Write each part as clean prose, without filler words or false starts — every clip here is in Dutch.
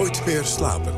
Nooit meer slapen.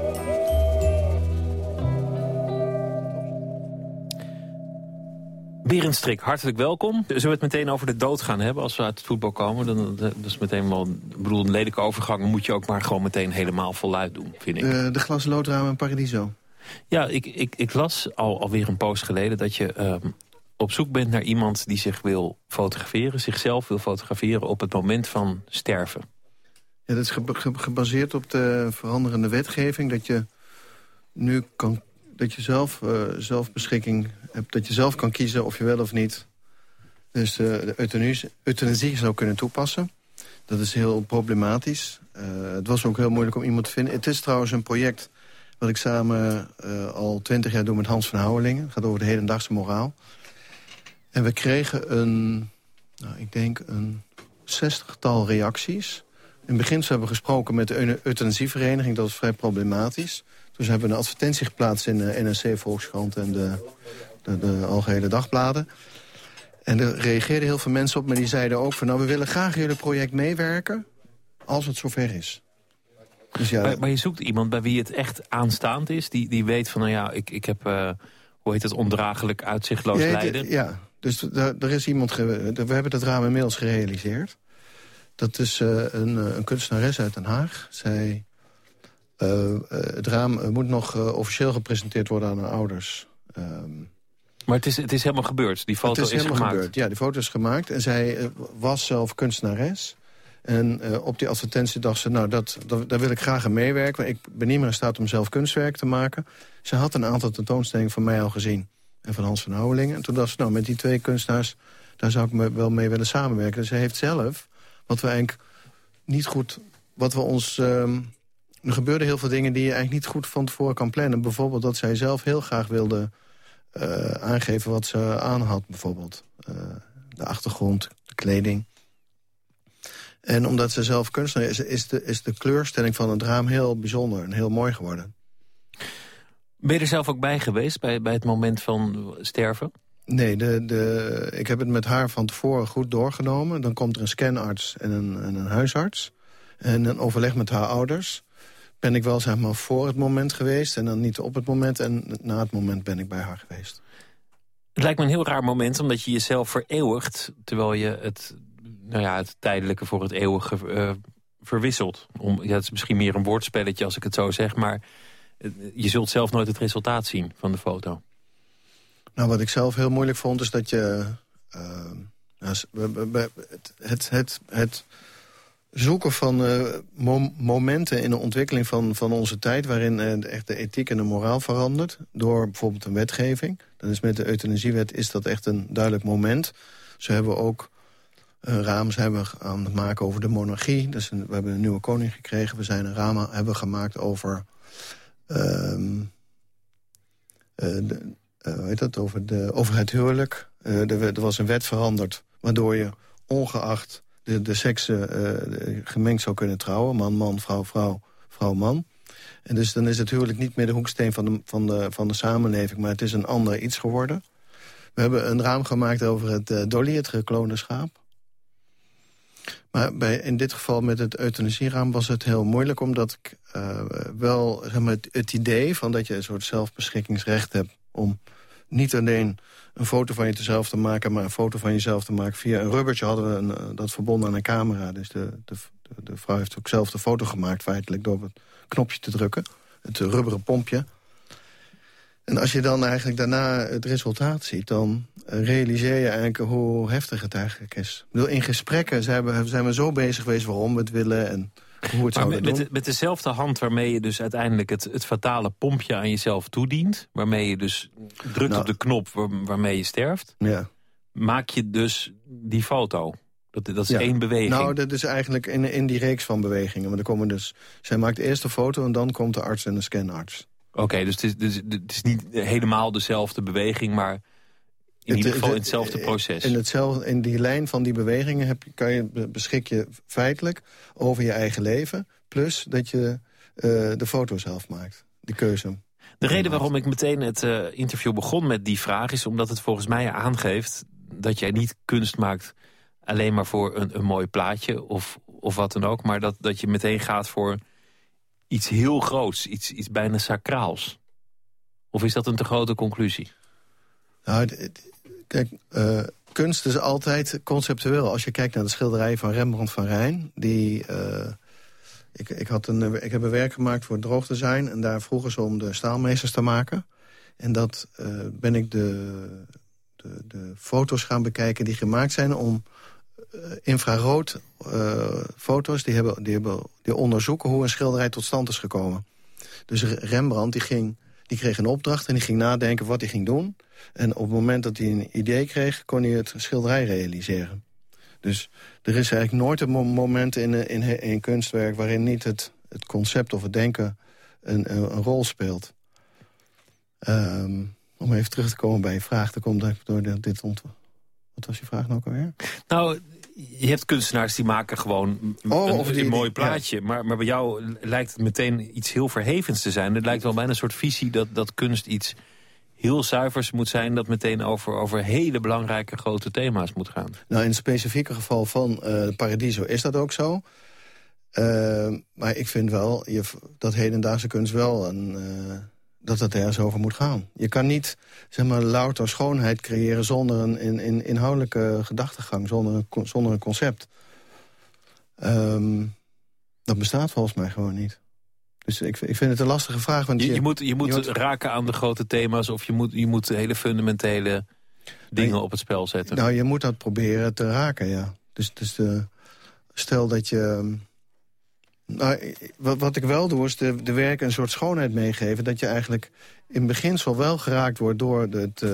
Berend Strik, hartelijk welkom. Zullen we het meteen over de dood gaan hebben als we uit het voetbal komen? Dat is meteen wel een lelijke overgang. Dan moet je ook maar gewoon meteen helemaal voluit doen, vind ik. De glazen loodramen in Paradiso. Ja, ik las alweer een poos geleden dat je op zoek bent naar iemand die zich wil fotograferen, zichzelf wil fotograferen op het moment van sterven. Ja, dat is gebaseerd op de veranderende wetgeving, dat je nu kan, dat je zelfbeschikking hebt, dat je zelf kan kiezen of je wel of niet dus de euthanasie zou kunnen toepassen. Dat is heel problematisch. Het was ook heel moeilijk om iemand te vinden. Het is trouwens een project wat ik samen al 20 jaar doe met Hans van Houwelingen. Het gaat over de hedendaagse moraal. En we kregen een 60-tal reacties. In het begin hebben we gesproken met de euthanasievereniging. Dat was vrij problematisch. Dus hebben we een advertentie geplaatst in de NRC Volkskrant en de Algehele Dagbladen. En er reageerden heel veel mensen op, maar die zeiden ook van, nou, we willen graag jullie project meewerken als het zover is. Dus ja, maar je zoekt iemand bij wie het echt aanstaand is, die weet van, nou ja, ik heb, hoe heet het, ondraaglijk uitzichtloos lijden. Ja, dus er is iemand, we hebben dat raam inmiddels gerealiseerd. Dat is een kunstenares uit Den Haag. Het raam moet nog officieel gepresenteerd worden aan haar ouders. Maar het is helemaal gebeurd, die foto is gemaakt. Gebeurd. Ja, die foto is gemaakt en zij was zelf kunstenares. En op die advertentie dacht ze, nou, daar wil ik graag aan meewerken. Ik ben niet meer in staat om zelf kunstwerk te maken. Ze had een aantal tentoonstellingen van mij al gezien. En van Hans van Houwelingen. En toen dacht ze, nou, met die twee kunstenaars, daar zou ik wel mee willen samenwerken. Dus ze heeft zelf, wat we eigenlijk niet goed, wat we ons... er gebeurden heel veel dingen die je eigenlijk niet goed van tevoren kan plannen. Bijvoorbeeld dat zij zelf heel graag wilde aangeven wat ze aan had. Bijvoorbeeld de achtergrond, de kleding. En omdat ze zelf kunstenaar is de kleurstelling van het raam heel bijzonder en heel mooi geworden. Ben je er zelf ook bij geweest, bij het moment van sterven? Nee, ik heb het met haar van tevoren goed doorgenomen. Dan komt er een scanarts en een huisarts. En een overleg met haar ouders. Ben ik wel, zeg maar, voor het moment geweest en dan niet op het moment. En na het moment ben ik bij haar geweest. Het lijkt me een heel raar moment, omdat je jezelf vereeuwigt, terwijl je het tijdelijke voor het eeuwige verwisselt. Het is misschien meer een woordspelletje als ik het zo zeg, maar je zult zelf nooit het resultaat zien van de foto. Nou, wat ik zelf heel moeilijk vond, is dat je het zoeken van momenten in de ontwikkeling van onze tijd, waarin echt de ethiek en de moraal verandert door bijvoorbeeld een wetgeving. Dan is met de euthanasiewet is dat echt een duidelijk moment. Zo hebben we ook een raam aan het maken over de monarchie. Dus we hebben een nieuwe koning gekregen. We zijn een raam hebben gemaakt over over het huwelijk. Er was een wet veranderd waardoor je ongeacht de seksen gemengd zou kunnen trouwen. Man, vrouw, man. En dus dan is het huwelijk niet meer de hoeksteen van de samenleving, maar het is een ander iets geworden. We hebben een raam gemaakt over het Dolly, het gekloonde schaap. Maar in dit geval met het euthanasieraam was het heel moeilijk, omdat ik wel, zeg maar, het idee van dat je een soort zelfbeschikkingsrecht hebt om niet alleen een foto van jezelf te maken, maar een foto van jezelf te maken. Via een rubbertje hadden we dat verbonden aan een camera. Dus de vrouw heeft ook zelf de foto gemaakt, feitelijk, door het knopje te drukken. Het rubberen pompje. En als je dan eigenlijk daarna het resultaat ziet, dan realiseer je eigenlijk hoe heftig het eigenlijk is. Ik bedoel, in gesprekken zijn we zo bezig geweest waarom we het willen en hoe het zouden doen. Met dezelfde hand waarmee je dus uiteindelijk het fatale pompje aan jezelf toedient, waarmee je dus drukt op de knop waarmee je sterft, maak je dus die foto. Dat is één beweging. Nou, dat is eigenlijk in die reeks van bewegingen. Maar er komen dus, zij maakt eerst de foto en dan komt de arts en de scanarts. Oké, dus het is niet helemaal dezelfde beweging, maar in ieder geval in hetzelfde proces. In die lijn van die bewegingen beschik je feitelijk over je eigen leven. Plus dat je de foto zelf maakt, die keuze. De reden waarom ik meteen het interview begon met die vraag is omdat het volgens mij aangeeft dat jij niet kunst maakt alleen maar voor een mooi plaatje of wat dan ook. Maar dat je meteen gaat voor iets heel groots, iets bijna sacraals? Of is dat een te grote conclusie? Nou, kijk, kunst is altijd conceptueel. Als je kijkt naar de schilderijen van Rembrandt van Rijn... Ik heb een werk gemaakt voor droogdesign... en daar vroegen ze om de staalmeesters te maken. En dat ben ik de foto's gaan bekijken die gemaakt zijn... om infrarood foto's die onderzoeken hoe een schilderij tot stand is gekomen. Dus Rembrandt die kreeg een opdracht en die ging nadenken wat hij ging doen. En op het moment dat hij een idee kreeg, kon hij het schilderij realiseren. Dus er is eigenlijk nooit een moment in kunstwerk... waarin niet het concept of het denken een rol speelt. Om even terug te komen bij je vraag. Dan komt door dit Wat was je vraag nou ook alweer? Nou, je hebt kunstenaars die maken gewoon een mooi plaatje. Ja. Maar bij jou lijkt het meteen iets heel verhevens te zijn. Het lijkt wel bijna een soort visie dat kunst iets heel zuivers moet zijn... dat meteen over hele belangrijke grote thema's moet gaan. Nou, in het specifieke geval van Paradiso is dat ook zo. Maar ik vind wel dat hedendaagse kunst wel dat het ergens over moet gaan. Je kan niet, zeg maar, louter schoonheid creëren zonder een inhoudelijke gedachtegang, zonder een concept. Dat bestaat volgens mij gewoon niet. Dus ik vind het een lastige vraag. Want je moet raken aan de grote thema's... of je moet hele fundamentele dingen op het spel zetten. Nou, je moet dat proberen te raken, ja. Dus stel dat je... Nou, wat ik wel doe, is de werken een soort schoonheid meegeven... dat je eigenlijk in beginsel wel geraakt wordt door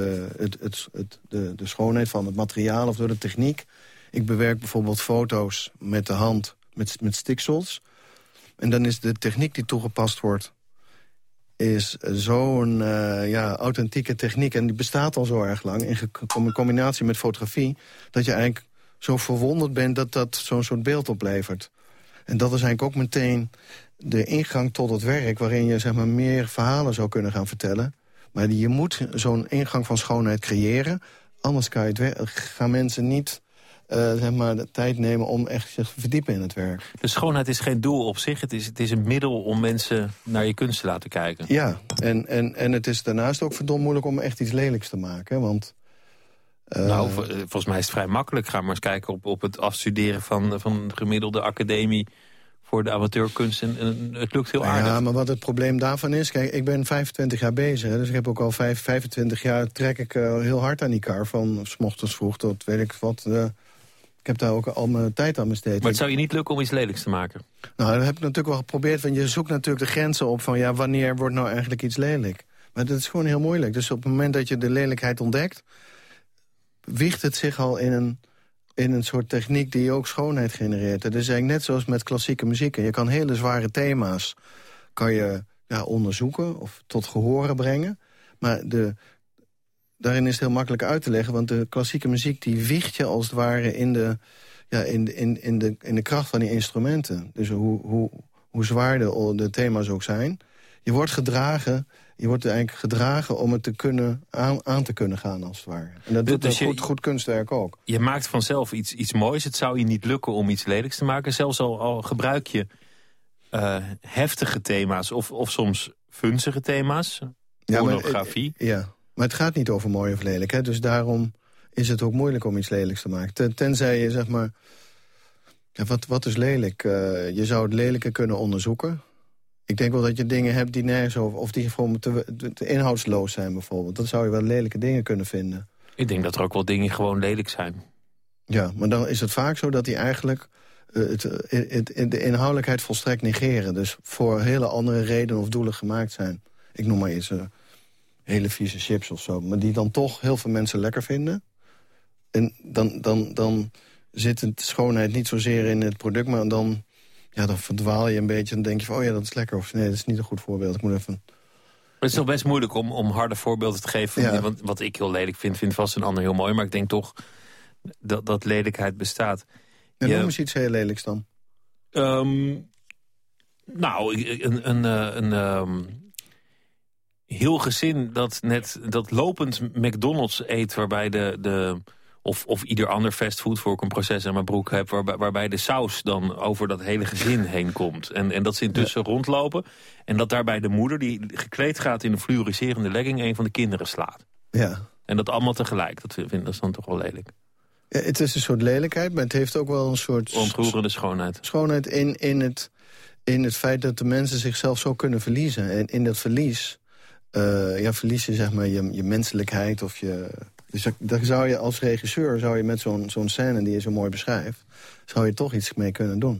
de schoonheid van het materiaal... of door de techniek. Ik bewerk bijvoorbeeld foto's met de hand, met stiksels... En dan is de techniek die toegepast wordt... is zo'n authentieke techniek. En die bestaat al zo erg lang. In combinatie met fotografie. Dat je eigenlijk zo verwonderd bent dat zo'n soort beeld oplevert. En dat is eigenlijk ook meteen de ingang tot het werk... waarin je, zeg maar, meer verhalen zou kunnen gaan vertellen. Maar je moet zo'n ingang van schoonheid creëren. Anders gaan mensen niet... zeg maar, de tijd nemen om echt zich te verdiepen in het werk. De schoonheid is geen doel op zich. Het is een middel om mensen naar je kunst te laten kijken. Ja, en het is daarnaast ook verdomd moeilijk om echt iets lelijks te maken. Want, volgens mij is het vrij makkelijk. Ga maar eens kijken op het afstuderen van de gemiddelde academie... voor de amateurkunst. En het lukt heel aardig. Ja, maar wat het probleem daarvan is... Kijk, ik ben 25 jaar bezig. Hè, dus ik heb ook al 25 jaar... trek ik heel hard aan die kar. Van 's ochtends vroeg tot weet ik wat... Ik heb daar ook al mijn tijd aan besteed. Maar het zou je niet lukken om iets lelijks te maken? Nou, dat heb ik natuurlijk wel geprobeerd. Want je zoekt natuurlijk de grenzen op van... ja, wanneer wordt nou eigenlijk iets lelijk? Maar dat is gewoon heel moeilijk. Dus op het moment dat je de lelijkheid ontdekt... wiegt het zich al in een soort techniek die ook schoonheid genereert. Dat is eigenlijk net zoals met klassieke muziek. Je kan hele zware thema's onderzoeken of tot gehoren brengen. Maar daarin is het heel makkelijk uit te leggen... want de klassieke muziek die wiegt je als het ware in de kracht van die instrumenten. Dus hoe zwaar de thema's ook zijn. Je wordt eigenlijk gedragen om het te kunnen aan te kunnen gaan, als het ware. En dat doet dus goed kunstwerk ook. Je maakt vanzelf iets moois. Het zou je niet lukken om iets lelijks te maken. Zelfs al gebruik je heftige thema's of soms vunzige thema's. Pornografie. Maar het gaat niet over mooi of lelijk. Hè? Dus daarom is het ook moeilijk om iets lelijks te maken. Tenzij je, zeg maar... Ja, wat is lelijk? Je zou het lelijke kunnen onderzoeken. Ik denk wel dat je dingen hebt die nergens over... of die gewoon te inhoudsloos zijn bijvoorbeeld. Dan zou je wel lelijke dingen kunnen vinden. Ik denk dat er ook wel dingen gewoon lelijk zijn. Ja, maar dan is het vaak zo dat die eigenlijk... de inhoudelijkheid volstrekt negeren. Dus voor hele andere redenen of doelen gemaakt zijn. Ik noem maar eens... hele vieze chips of zo. Maar die dan toch heel veel mensen lekker vinden. En dan zit de schoonheid niet zozeer in het product... maar dan verdwaal je een beetje en denk je van... oh ja, dat is lekker. Of nee, dat is niet een goed voorbeeld. Ik moet even... Het is toch best moeilijk om harde voorbeelden te geven. Ja. Want wat ik heel lelijk vindt vast een ander heel mooi. Maar ik denk toch dat lelijkheid bestaat. En noem eens iets heel lelijks dan. Heel gezin dat lopend McDonald's eet... waarbij de Of ieder ander fastfood, voor ik een proces aan mijn broek heb, waarbij de saus dan over dat hele gezin heen komt. En dat ze intussen rondlopen. En dat daarbij de moeder, die gekleed gaat in een fluoriserende legging, een van de kinderen slaat. Ja. En dat allemaal tegelijk. Dat is dan toch wel lelijk. Ja, het is een soort lelijkheid, maar het heeft ook wel een soort ontroerende schoonheid. Schoonheid in het feit dat de mensen zichzelf zo kunnen verliezen. En in dat verlies, verlies je zeg maar je menselijkheid of je. Dus daar zou je als regisseur, met zo'n scène die je zo mooi beschrijft, zou je toch iets mee kunnen doen.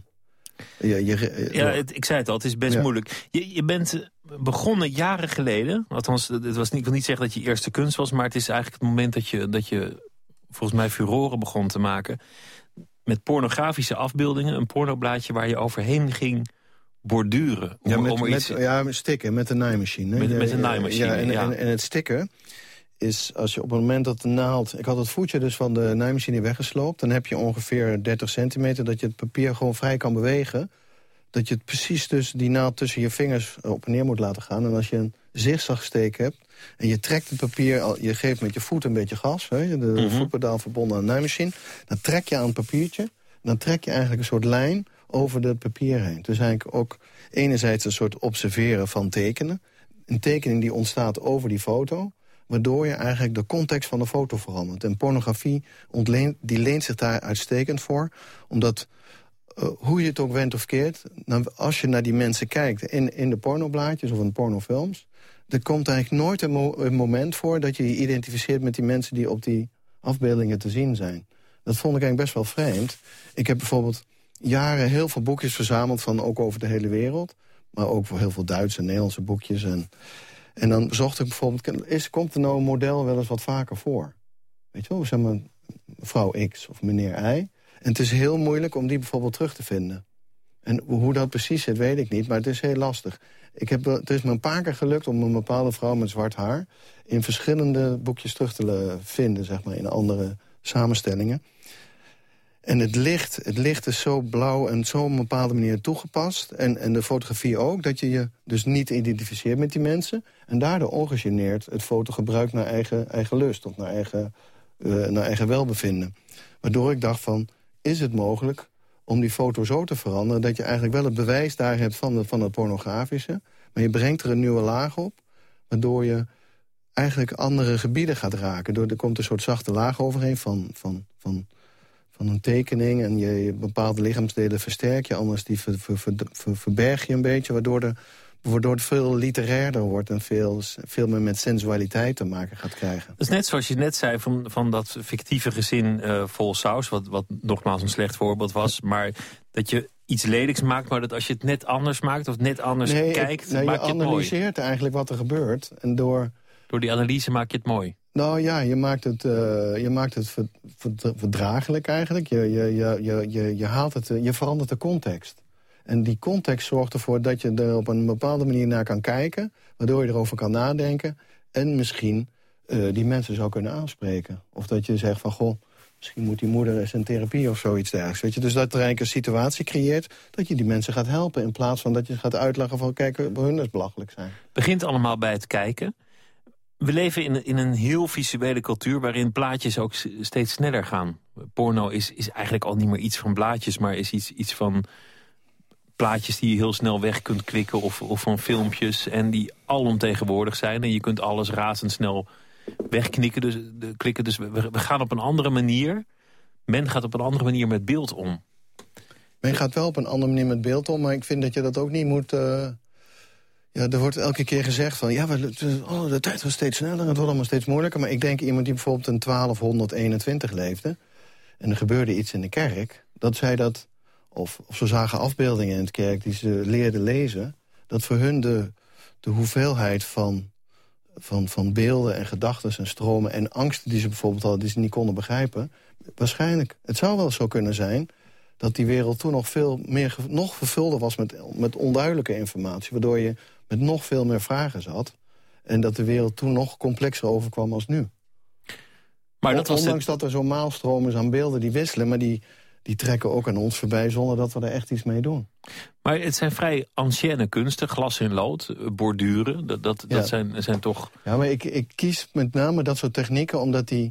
Ik zei het al, het is best moeilijk. Je bent begonnen jaren geleden. Althans, ik wil niet zeggen dat je eerste kunst was, maar het is eigenlijk het moment dat je volgens mij furoren begon te maken. Met pornografische afbeeldingen, een pornoblaadje waar je overheen ging borduren. Met stikken, met de naaimachine. Met een naaimachine, en het stikken is, als je op het moment dat de naald. Ik had het voetje dus van de naaimachine weggesloopt. Dan heb je ongeveer 30 centimeter dat je het papier gewoon vrij kan bewegen. Dat je het precies dus die naald tussen je vingers op en neer moet laten gaan. En als je een zigzagsteek hebt en je trekt het papier, je geeft met je voet een beetje gas, de voetpedaal verbonden aan de naaimachine, dan trek je aan het papiertje. En dan trek je eigenlijk een soort lijn over het papier heen. Dus eigenlijk ook enerzijds een soort observeren van tekenen. Een tekening die ontstaat over die foto, waardoor je eigenlijk de context van de foto verandert. En pornografie die leent zich daar uitstekend voor, omdat hoe je het ook wendt of keert, als je naar die mensen kijkt in de pornoblaadjes of in pornofilms, er komt eigenlijk nooit een moment voor dat je je identificeert met die mensen die op die afbeeldingen te zien zijn. Dat vond ik eigenlijk best wel vreemd. Ik heb bijvoorbeeld jaren heel veel boekjes verzameld van ook over de hele wereld, maar ook voor heel veel Duitse en Nederlandse boekjes. En dan zocht ik bijvoorbeeld, komt er nou een model wel eens wat vaker voor? Weet je wel, zeg maar mevrouw X of meneer Y. En het is heel moeilijk om die bijvoorbeeld terug te vinden. En hoe dat precies zit, weet ik niet, maar het is heel lastig. Het is me een paar keer gelukt om een bepaalde vrouw met zwart haar in verschillende boekjes terug te vinden, zeg maar, in andere samenstellingen. En het licht is zo blauw en zo op een bepaalde manier toegepast. En de fotografie ook, dat je je dus niet identificeert met die mensen. En daardoor ongegeneerd het foto gebruikt naar eigen lust of naar eigen welbevinden. Waardoor ik dacht van, is het mogelijk om die foto zo te veranderen dat je eigenlijk wel het bewijs daar hebt van het pornografische, maar je brengt er een nieuwe laag op, waardoor je eigenlijk andere gebieden gaat raken. Er komt een soort zachte laag overheen van een tekening en je bepaalde lichaamsdelen versterk je, anders die verberg je een beetje, waardoor het veel literairder wordt en veel meer met sensualiteit te maken gaat krijgen. Dat is net zoals je net zei van dat fictieve gezin vol saus, wat nogmaals een slecht voorbeeld was, maar dat je iets lelijks maakt, maar dat als je het net anders maakt of net anders kijkt, maak je het mooi. Je analyseert eigenlijk wat er gebeurt en door die analyse maak je het mooi. Nou ja, je maakt het verdraaglijk eigenlijk. Je verandert de context. En die context zorgt ervoor dat je er op een bepaalde manier naar kan kijken, waardoor je erover kan nadenken en misschien die mensen zou kunnen aanspreken. Of dat je zegt van, goh, misschien moet die moeder eens in therapie of zoiets dergelijks. Weet je? Dus dat er eigenlijk een situatie creëert dat je die mensen gaat helpen, in plaats van dat je gaat uitleggen van, kijk, bij hun is belachelijk zijn. Het begint allemaal bij het kijken. We leven in een heel visuele cultuur waarin plaatjes ook steeds sneller gaan. Porno is eigenlijk al niet meer iets van blaadjes, maar is iets van plaatjes die je heel snel weg kunt klikken of van filmpjes en die alomtegenwoordig zijn. En je kunt alles razendsnel wegklikken. Dus we gaan op een andere manier. Men gaat op een andere manier met beeld om. Men gaat wel op een andere manier met beeld om, maar ik vind dat je dat ook niet moet. Ja, er wordt elke keer gezegd van, de tijd gaat steeds sneller, het wordt allemaal steeds moeilijker. Maar ik denk iemand die bijvoorbeeld in 1221 leefde en er gebeurde iets in de kerk, dat zij dat, of ze zagen afbeeldingen in de kerk die ze leerden lezen, dat voor hun de hoeveelheid van beelden en gedachten en stromen en angsten die ze bijvoorbeeld hadden, die ze niet konden begrijpen, waarschijnlijk, het zou wel zo kunnen zijn dat die wereld toen nog vervulder was met onduidelijke informatie, waardoor je met nog veel meer vragen zat en dat de wereld toen nog complexer overkwam als nu. Maar ondanks dat er zo'n maalstroom is aan beelden die wisselen, maar die trekken ook aan ons voorbij zonder dat we er echt iets mee doen. Maar het zijn vrij anciëne kunsten, glas in lood, borduren, dat zijn toch. Ja, maar ik kies met name dat soort technieken omdat die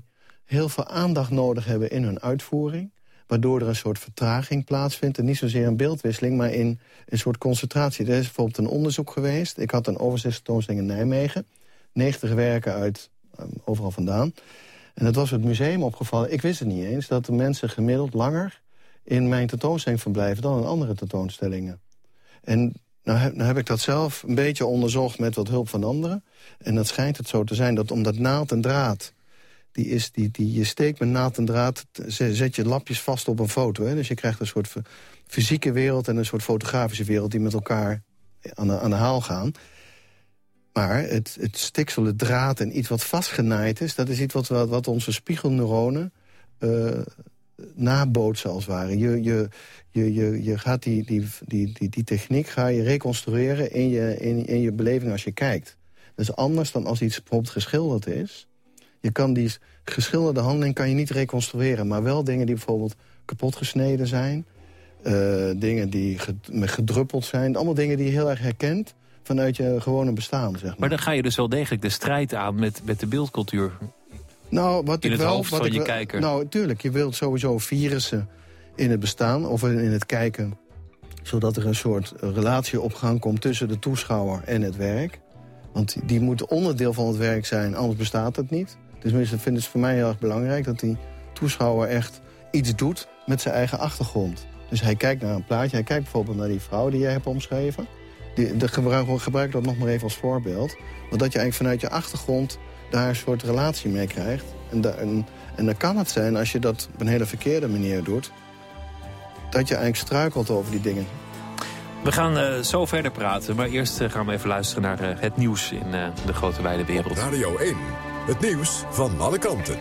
heel veel aandacht nodig hebben in hun uitvoering, waardoor er een soort vertraging plaatsvindt. En niet zozeer een beeldwisseling, maar in een soort concentratie. Er is bijvoorbeeld een onderzoek geweest. Ik had een overzichtstentoonstelling in Nijmegen. 90 werken uit overal vandaan. En het was het museum opgevallen. Ik wist het niet eens, dat de mensen gemiddeld langer in mijn tentoonstelling verblijven dan in andere tentoonstellingen. En nou heb ik dat zelf een beetje onderzocht met wat hulp van anderen. En dat schijnt het zo te zijn dat omdat naald en draad, je steekt met naald en draad, zet je lapjes vast op een foto. Hè? Dus je krijgt een soort fysieke wereld en een soort fotografische wereld die met elkaar aan de haal gaan. Maar het stiksel, het draad en iets wat vastgenaaid is, dat is iets wat onze spiegelneuronen nabootsen als het ware. Je gaat die techniek ga je reconstrueren in je beleving als je kijkt. Dat is anders dan als iets bijvoorbeeld geschilderd is. Je kan die geschilderde handeling kan je niet reconstrueren, maar wel dingen die bijvoorbeeld kapot gesneden zijn, dingen die gedruppeld zijn, allemaal dingen die je heel erg herkent vanuit je gewone bestaan, zeg maar. Maar dan ga je dus wel degelijk de strijd aan met de beeldcultuur. Nou, wat in ik het wel, hoofd wat van ik je wel, kijker. Nou, tuurlijk, je wilt sowieso virussen in het bestaan of in het kijken, zodat er een soort relatie op gang komt tussen de toeschouwer en het werk. Want die moet onderdeel van het werk zijn, anders bestaat het niet. Dus ik vind het voor mij heel erg belangrijk dat die toeschouwer echt iets doet met zijn eigen achtergrond. Dus hij kijkt naar een plaatje, hij kijkt bijvoorbeeld naar die vrouw die jij hebt omschreven. Gebruik dat nog maar even als voorbeeld. Want dat je eigenlijk vanuit je achtergrond daar een soort relatie mee krijgt. En dan kan het zijn, als je dat op een hele verkeerde manier doet, dat je eigenlijk struikelt over die dingen. We gaan zo verder praten, maar eerst gaan we even luisteren naar het nieuws in de grote wijde wereld. Radio 1, het nieuws van alle kanten.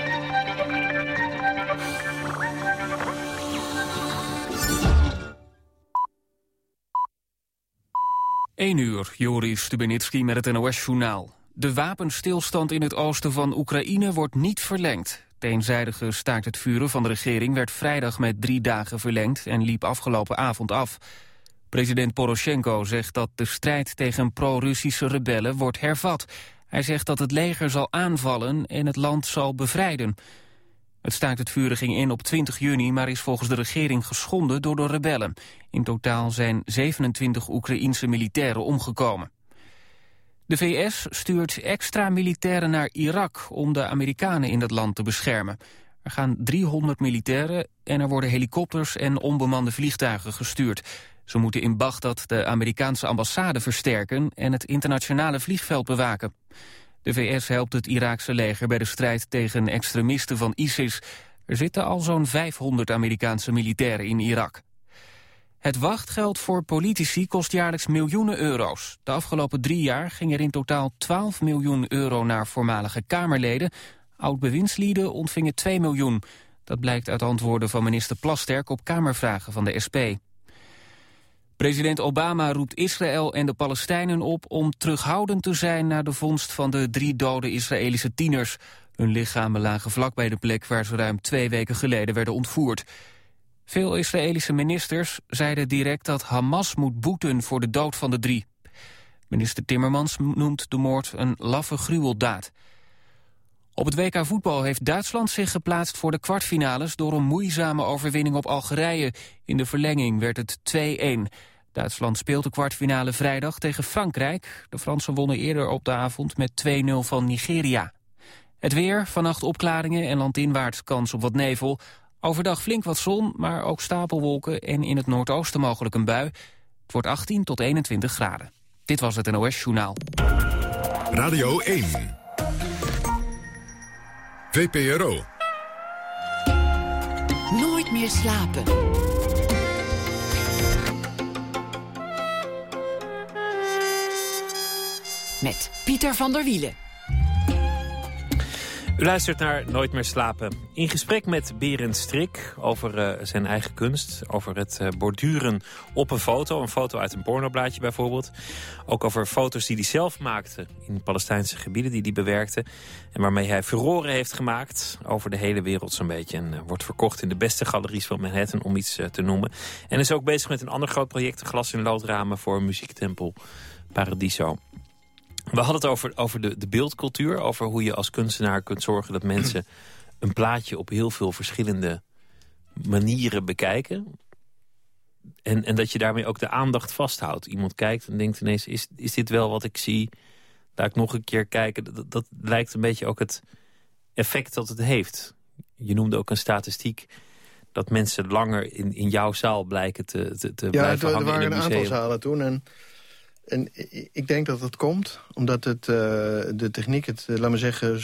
Uur, Joris Stubenitski met het NOS-journaal. De wapenstilstand in het oosten van Oekraïne wordt niet verlengd. Het eenzijdige staakt het vuren van de regering werd vrijdag met 3 dagen verlengd en liep afgelopen avond af. President Poroshenko zegt dat de strijd tegen pro-Russische rebellen wordt hervat. Hij zegt dat het leger zal aanvallen en het land zal bevrijden. Het staakt het vuren ging in op 20 juni, maar is volgens de regering geschonden door de rebellen. In totaal zijn 27 Oekraïense militairen omgekomen. De VS stuurt extra militairen naar Irak om de Amerikanen in dat land te beschermen. Er gaan 300 militairen en er worden helikopters en onbemande vliegtuigen gestuurd. Ze moeten in Bagdad de Amerikaanse ambassade versterken en het internationale vliegveld bewaken. De VS helpt het Iraakse leger bij de strijd tegen extremisten van ISIS. Er zitten al zo'n 500 Amerikaanse militairen in Irak. Het wachtgeld voor politici kost jaarlijks miljoenen euro's. De afgelopen 3 jaar ging er in totaal 12 miljoen euro naar voormalige Kamerleden. Oud-bewindslieden ontvingen 2 miljoen. Dat blijkt uit antwoorden van minister Plasterk op Kamervragen van de SP. President Obama roept Israël en de Palestijnen op om terughoudend te zijn na de vondst van de 3 dode Israëlische tieners. Hun lichamen lagen vlakbij de plek waar ze ruim 2 weken geleden werden ontvoerd. Veel Israëlische ministers zeiden direct dat Hamas moet boeten voor de dood van de 3. Minister Timmermans noemt de moord een laffe gruweldaad. Op het WK voetbal heeft Duitsland zich geplaatst voor de kwartfinales door een moeizame overwinning op Algerije. In de verlenging werd het 2-1. Duitsland speelt de kwartfinale vrijdag tegen Frankrijk. De Fransen wonnen eerder op de avond met 2-0 van Nigeria. Het weer, vannacht opklaringen en landinwaarts kans op wat nevel. Overdag flink wat zon, maar ook stapelwolken en in het noordoosten mogelijk een bui. Het wordt 18 tot 21 graden. Dit was het NOS-journaal. Radio 1. VPRO. Nooit meer slapen. Met Pieter van der Wielen. U luistert naar Nooit meer slapen. In gesprek met Berend Strik over zijn eigen kunst. Over het borduren op een foto uit een pornoblaadje bijvoorbeeld. Ook over foto's die hij zelf maakte in Palestijnse gebieden die hij bewerkte. En waarmee hij furoren heeft gemaakt over de hele wereld zo'n beetje. En wordt verkocht in de beste galeries van Manhattan, om iets te noemen. En is ook bezig met een ander groot project, glas- en loodramen voor een muziektempel Paradiso. We hadden het over de beeldcultuur. Over hoe je als kunstenaar kunt zorgen dat mensen een plaatje op heel veel verschillende manieren bekijken. En dat je daarmee ook de aandacht vasthoudt. Iemand kijkt en denkt ineens, is dit wel wat ik zie? Laat ik nog een keer kijken. Dat lijkt een beetje ook het effect dat het heeft. Je noemde ook een statistiek dat mensen langer in jouw zaal blijken te blijven hangen in een museum. Ja, er waren een aantal zalen toen. En ik denk dat het komt omdat de techniek, laat maar zeggen,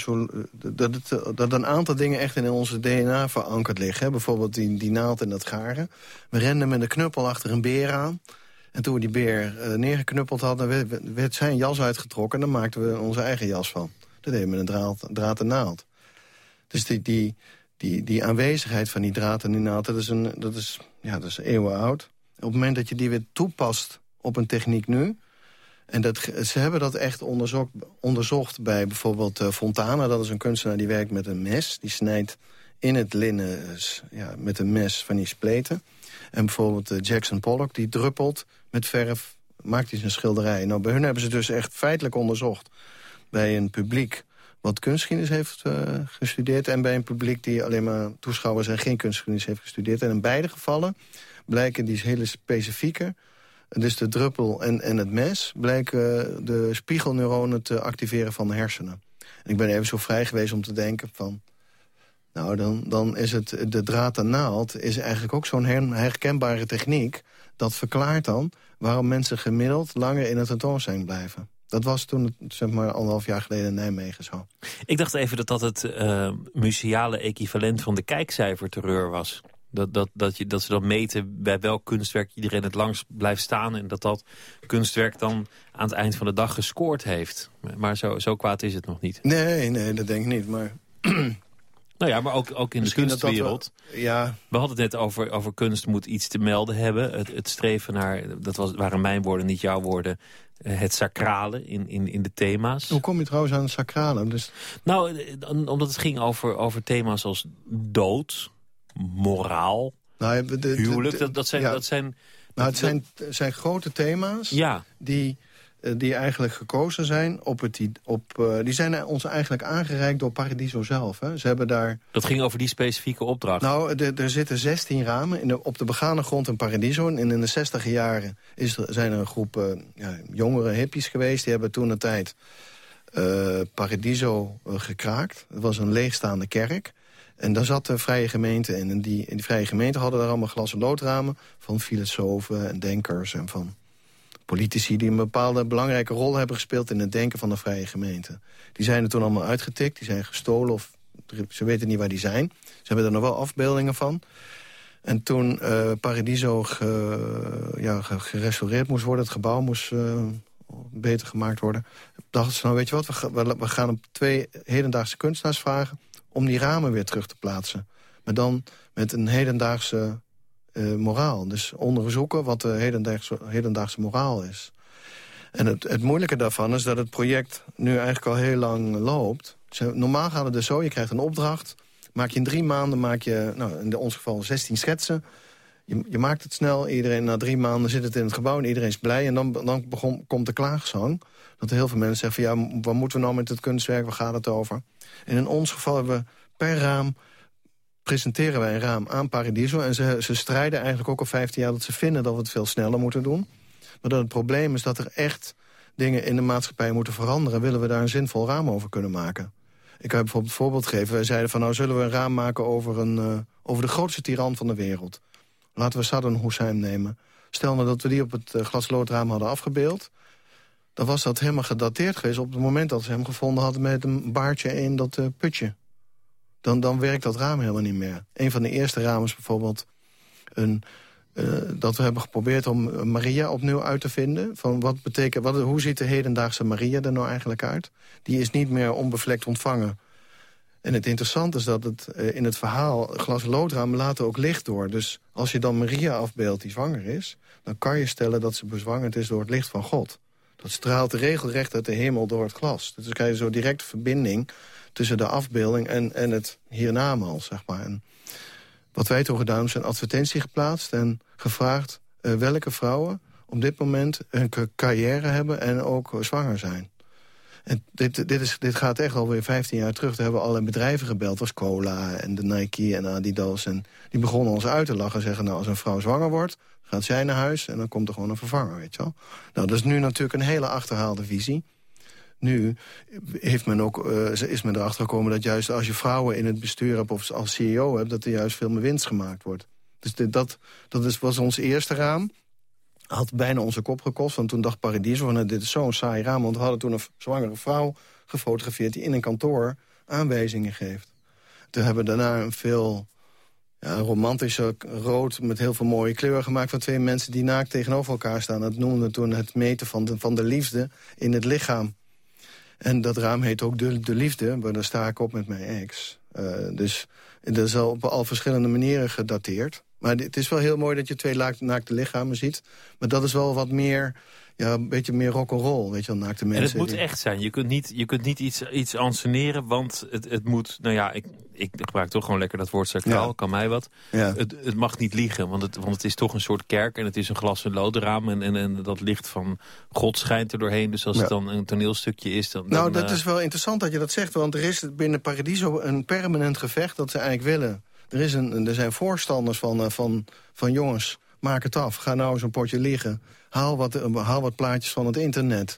dat een aantal dingen echt in onze DNA verankerd liggen. Hè? Bijvoorbeeld die naald en dat garen. We renden met een knuppel achter een beer aan. En toen we die beer neergeknuppeld hadden, werd zijn jas uitgetrokken. En dan maakten we onze eigen jas van. Dat deden we met een draad en naald. Dus die aanwezigheid van die draad en die naald, dat is eeuwen oud. Op het moment dat je die weer toepast op een techniek nu, en ze hebben dat echt onderzocht bij bijvoorbeeld Fontana. Dat is een kunstenaar die werkt met een mes. Die snijdt in het linnen met een mes van die spleten. En bijvoorbeeld Jackson Pollock, die druppelt met verf, maakt hij zijn schilderij. Nou, bij hun hebben ze dus echt feitelijk onderzocht. Bij een publiek wat kunstgeschiedenis heeft gestudeerd, en bij een publiek die alleen maar toeschouwers en geen kunstgeschiedenis heeft gestudeerd. En in beide gevallen blijken die hele specifieke, dus de druppel en het mes, blijken de spiegelneuronen te activeren van de hersenen. En ik ben even zo vrij geweest om te denken van, nou, dan is het de draad en naald is eigenlijk ook zo'n herkenbare techniek. Dat verklaart dan waarom mensen gemiddeld langer in het tentoonstelling blijven. Dat was toen, zeg maar, 1,5 jaar geleden in Nijmegen zo. Ik dacht even dat het museale equivalent van de kijkcijferterreur was. Dat ze dan meten bij welk kunstwerk iedereen het langst blijft staan, en dat kunstwerk dan aan het eind van de dag gescoord heeft. Maar zo kwaad is het nog niet. Nee, dat denk ik niet. Maar nou ja, maar ook in de kunstwereld. Ja. We hadden het net over kunst moet iets te melden hebben. Het streven naar, waren mijn woorden, niet jouw woorden, het sacrale in de thema's. Hoe kom je trouwens aan het sacrale? Dus nou, omdat het ging over thema's als dood, moraal, huwelijk. Dat zijn het zijn grote thema's die eigenlijk gekozen zijn die zijn ons eigenlijk aangereikt door Paradiso zelf. Hè. Ze hebben daar. Dat ging over die specifieke opdracht? Nou, er zitten 16 ramen op de begane grond in Paradiso. En in de 60e jaren zijn er een groep jongere hippies geweest. Die hebben toen een tijd Paradiso gekraakt. Het was een leegstaande kerk. En daar zat de Vrije Gemeente in. En die Vrije Gemeente hadden daar allemaal glas- en loodramen van filosofen en denkers en van politici die een bepaalde belangrijke rol hebben gespeeld in het denken van de Vrije Gemeente. Die zijn er toen allemaal uitgetikt, die zijn gestolen of ze weten niet waar die zijn. Ze hebben er nog wel afbeeldingen van. En toen Paradiso gerestaureerd moest worden, het gebouw moest beter gemaakt worden, dachten ze, nou weet je wat, we gaan op 2 hedendaagse kunstenaars vragen om die ramen weer terug te plaatsen. Maar dan met een hedendaagse moraal. Dus onderzoeken wat de hedendaagse moraal is. En het moeilijke daarvan is dat het project nu eigenlijk al heel lang loopt. Normaal gaat het dus zo, je krijgt een opdracht. Maak je in 3 maanden, in ons geval 16 schetsen. Je maakt het snel, na 3 maanden zit het in het gebouw en iedereen is blij. En dan komt de klaagzang. Dat er heel veel mensen zeggen van, ja, wat moeten we nou met het kunstwerk, waar gaat het over? En in ons geval hebben we per raam presenteren wij een raam aan Paradiso. En ze strijden eigenlijk ook al 15 jaar dat ze vinden dat we het veel sneller moeten doen. Maar dat het probleem is dat er echt dingen in de maatschappij moeten veranderen. Willen we daar een zinvol raam over kunnen maken? Ik kan bijvoorbeeld een voorbeeld geven. Wij zeiden van, nou zullen we een raam maken over de grootste tiran van de wereld. Laten we Saddam Hussein nemen. Stel nou dat we die op het glasloodraam hadden afgebeeld. Dan was dat helemaal gedateerd geweest op het moment dat ze hem gevonden hadden met een baardje in dat putje. Dan werkt dat raam helemaal niet meer. Een van de eerste ramen is bijvoorbeeld dat we hebben geprobeerd om Maria opnieuw uit te vinden. Van hoe ziet de hedendaagse Maria er nou eigenlijk uit? Die is niet meer onbevlekt ontvangen. En het interessante is dat het in het verhaal glas-loodraam laat ook licht door. Dus als je dan Maria afbeeldt die zwanger is, dan kan je stellen dat ze bezwangerd is door het licht van God. Dat straalt regelrecht uit de hemel door het glas. Dus dan krijg je zo direct verbinding tussen de afbeelding en het hiernamaals, zeg maar. En wat wij toen gedaan hebben, is een advertentie geplaatst en gevraagd welke vrouwen op dit moment een carrière hebben en ook zwanger zijn. En dit gaat echt alweer 15 jaar terug. Daar hebben we allerlei bedrijven gebeld, als Cola en de Nike en Adidas. En die begonnen ons uit te lachen. Zeggen, nou, als een vrouw zwanger wordt, gaat zij naar huis en dan komt er gewoon een vervanger, weet je wel. Nou, dat is nu natuurlijk een hele achterhaalde visie. Nu heeft men ook, is men erachter gekomen dat juist als je vrouwen in het bestuur hebt of als CEO hebt, dat er juist veel meer winst gemaakt wordt. Dus was ons eerste raam. Had bijna onze kop gekost, want toen dacht Paradiso van, dit is zo'n saai raam. Want we hadden toen een zwangere vrouw gefotografeerd die in een kantoor aanwijzingen geeft. Toen hebben we daarna een veel romantische rood met heel veel mooie kleuren gemaakt van twee mensen die naakt tegenover elkaar staan. Dat noemden we toen het meten van de liefde in het lichaam. En dat raam heet ook de liefde, maar daar sta ik op met mijn ex. Dus dat is al verschillende manieren gedateerd. Maar het is wel heel mooi dat je twee naakte lichamen ziet. Maar dat is wel wat meer, een beetje meer rock'n'roll, weet je wel, naakte mensen. En het moet echt zijn. Je kunt niet iets anseneren, want het moet, ik gebruik toch gewoon lekker dat woord sacraal, kan mij wat. Ja. Het mag niet liegen, want het is toch een soort kerk en het is een glas- en loodraam en dat licht van God schijnt er doorheen. Dus als het dan een toneelstukje is, dan... Nou, dat is wel interessant dat je dat zegt, want er is binnen Paradiso een permanent gevecht dat ze eigenlijk willen. Er zijn voorstanders van jongens, maak het af. Ga nou eens een potje liggen. Haal wat plaatjes van het internet.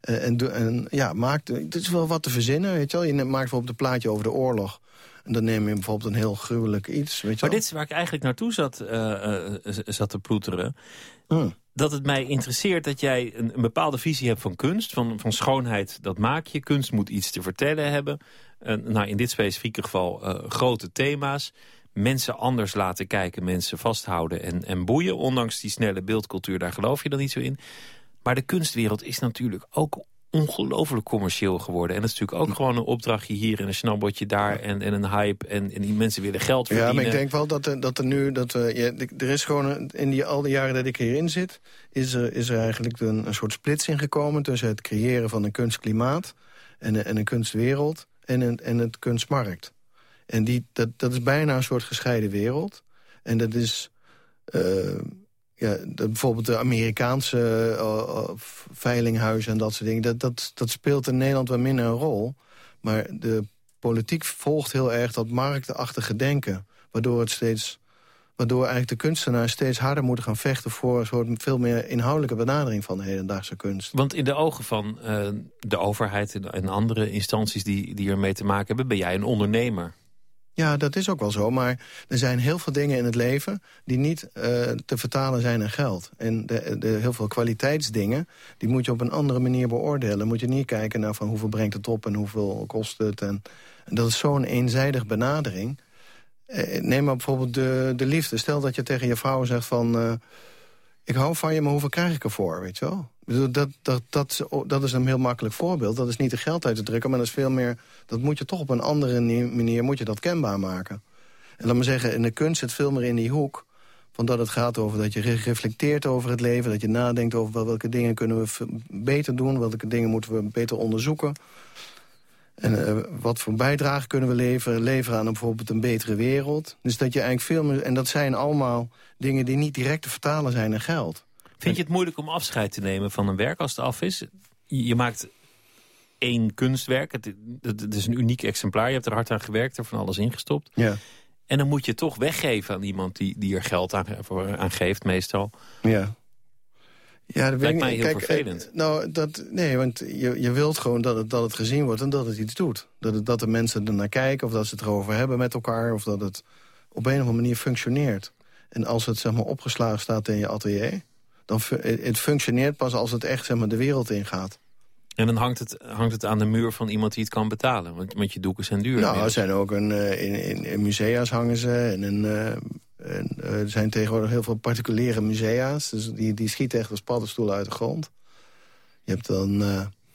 Het is wel wat te verzinnen, weet je wel. Je maakt bijvoorbeeld een plaatje over de oorlog. En dan neem je bijvoorbeeld een heel gruwelijk iets, weet je wel. Maar dit is waar ik eigenlijk naartoe zat te ploeteren. Dat het mij interesseert dat jij een bepaalde visie hebt van kunst. Van schoonheid, dat maak je. Kunst moet iets te vertellen hebben. In dit specifieke geval grote thema's. Mensen anders laten kijken, mensen vasthouden en boeien. Ondanks die snelle beeldcultuur, daar geloof je dan niet zo in. Maar de kunstwereld is natuurlijk ook ongelooflijk commercieel geworden. En dat is natuurlijk ook gewoon een opdrachtje hier en een snabbotje daar en een hype. En die mensen willen geld verdienen. Ja, maar ik denk wel dat er nu... er is gewoon, al die jaren dat ik hierin zit, is er eigenlijk een soort splitsing gekomen tussen het creëren van een kunstklimaat en een kunstwereld en het kunstmarkt. En dat is bijna een soort gescheiden wereld. En dat is... bijvoorbeeld de Amerikaanse veilinghuizen en dat soort dingen... Dat speelt in Nederland wel minder een rol. Maar de politiek volgt heel erg dat marktachtige denken. Waardoor eigenlijk de kunstenaars steeds harder moeten gaan vechten... voor een soort veel meer inhoudelijke benadering van de hedendaagse kunst. Want in de ogen van de overheid en andere instanties die ermee te maken hebben... ben jij een ondernemer. Ja, dat is ook wel zo, maar er zijn heel veel dingen in het leven... die niet te vertalen zijn in geld. En heel veel kwaliteitsdingen, die moet je op een andere manier beoordelen. Moet je niet kijken naar van hoeveel brengt het op en hoeveel kost het. En dat is zo'n eenzijdig benadering. Neem maar bijvoorbeeld de liefde. Stel dat je tegen je vrouw zegt van... ik hou van je, maar hoeveel krijg ik ervoor, weet je wel? Dat is een heel makkelijk voorbeeld. Dat is niet de geld uit te drukken, maar dat is veel meer... dat moet je toch op een andere manier moet je dat kenbaar maken. En laat maar zeggen, in de kunst zit veel meer in die hoek... van dat het gaat over dat je reflecteert over het leven... dat je nadenkt over welke dingen kunnen we beter doen... welke dingen moeten we beter onderzoeken... En wat voor bijdrage kunnen we leveren aan bijvoorbeeld een betere wereld. Dus dat je eigenlijk veel meer... En dat zijn allemaal dingen die niet direct te vertalen zijn in geld. Vind je het moeilijk om afscheid te nemen van een werk als het af is? Je maakt één kunstwerk. Het is een uniek exemplaar. Je hebt er hard aan gewerkt, er van alles ingestopt. Ja. En dan moet je het toch weggeven aan iemand die er geld aan geeft meestal. Ja. Ja, dat lijkt mij heel vervelend. Want je wilt gewoon dat het gezien wordt en dat het iets doet. Dat de mensen er naar kijken of dat ze het erover hebben met elkaar... of dat het op een of andere manier functioneert. En als het opgeslagen staat in je atelier... dan het functioneert pas als het echt de wereld ingaat. En dan hangt het aan de muur van iemand die het kan betalen. Want je doeken zijn duur. Nou, er zijn ook in musea's hangen ze. En er zijn tegenwoordig heel veel particuliere musea's. Dus die schieten echt als paddenstoelen uit de grond. Je hebt dan...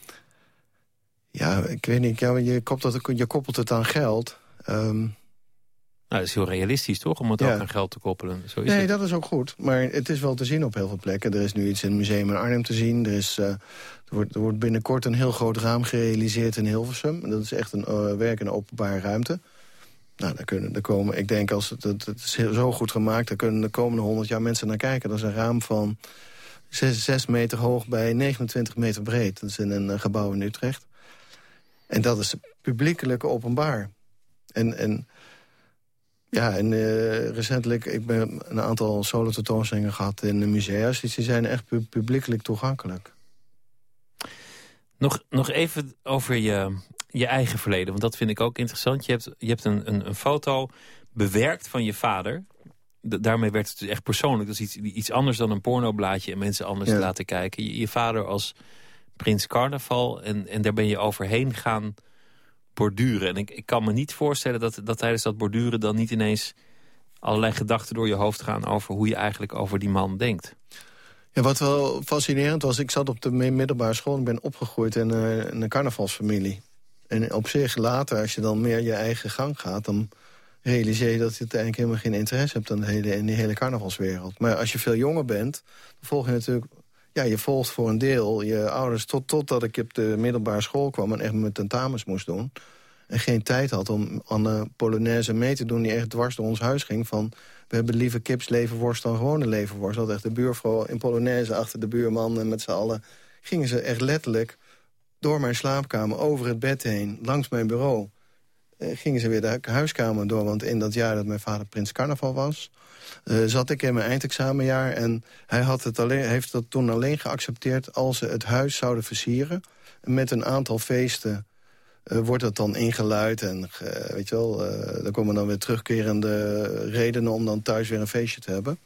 ik weet niet. Je koppelt het aan geld. Dat is heel realistisch, toch? Om het ook aan geld te koppelen. Zo is het. Dat is ook goed. Maar het is wel te zien op heel veel plekken. Er is nu iets in het museum in Arnhem te zien. Er wordt binnenkort een heel groot raam gerealiseerd in Hilversum. Dat is echt een werk in de openbare ruimte. Nou, daar komen, ik denk, als het is zo goed gemaakt... daar kunnen de komende 100 jaar mensen naar kijken. Dat is een raam van 6 meter hoog bij 29 meter breed. Dat is in een gebouw in Utrecht. En dat is publiekelijk openbaar. En recentelijk, ik ben een aantal solo-tentoonstellingen gehad in musea's. Die zijn echt publiekelijk toegankelijk. Nog even over je eigen verleden, want dat vind ik ook interessant. Je hebt een foto bewerkt van je vader. Daarmee werd het dus echt persoonlijk. Dat is iets anders dan een pornoblaadje en mensen anders laten kijken. Je vader als prins carnaval en daar ben je overheen gaan borduren. En ik kan me niet voorstellen dat tijdens dat borduren dan niet ineens allerlei gedachten door je hoofd gaan over hoe je eigenlijk over die man denkt. Ja, wat wel fascinerend was, ik zat op de middelbare school en ben opgegroeid in een carnavalsfamilie. En op zich later, als je dan meer je eigen gang gaat, dan realiseer je dat je eigenlijk helemaal geen interesse hebt in die hele carnavalswereld. Maar als je veel jonger bent, dan volg je natuurlijk, je volgt voor een deel je ouders totdat ik op de middelbare school kwam en echt mijn tentamens moest doen. En geen tijd had om aan de Polonaise mee te doen die echt dwars door ons huis ging. Van, we hebben liever kipsleverworst dan gewone leverworst. Dat echt de buurvrouw in Polonaise achter de buurman en met z'n allen gingen ze echt letterlijk door mijn slaapkamer, over het bed heen, langs mijn bureau. Gingen ze weer de huiskamer door, want in dat jaar dat mijn vader prins carnaval was, zat ik in mijn eindexamenjaar en hij heeft dat toen alleen geaccepteerd als ze het huis zouden versieren. En met een aantal feesten wordt dat dan ingeluid en weet je wel, er komen dan weer terugkerende redenen om dan thuis weer een feestje te hebben.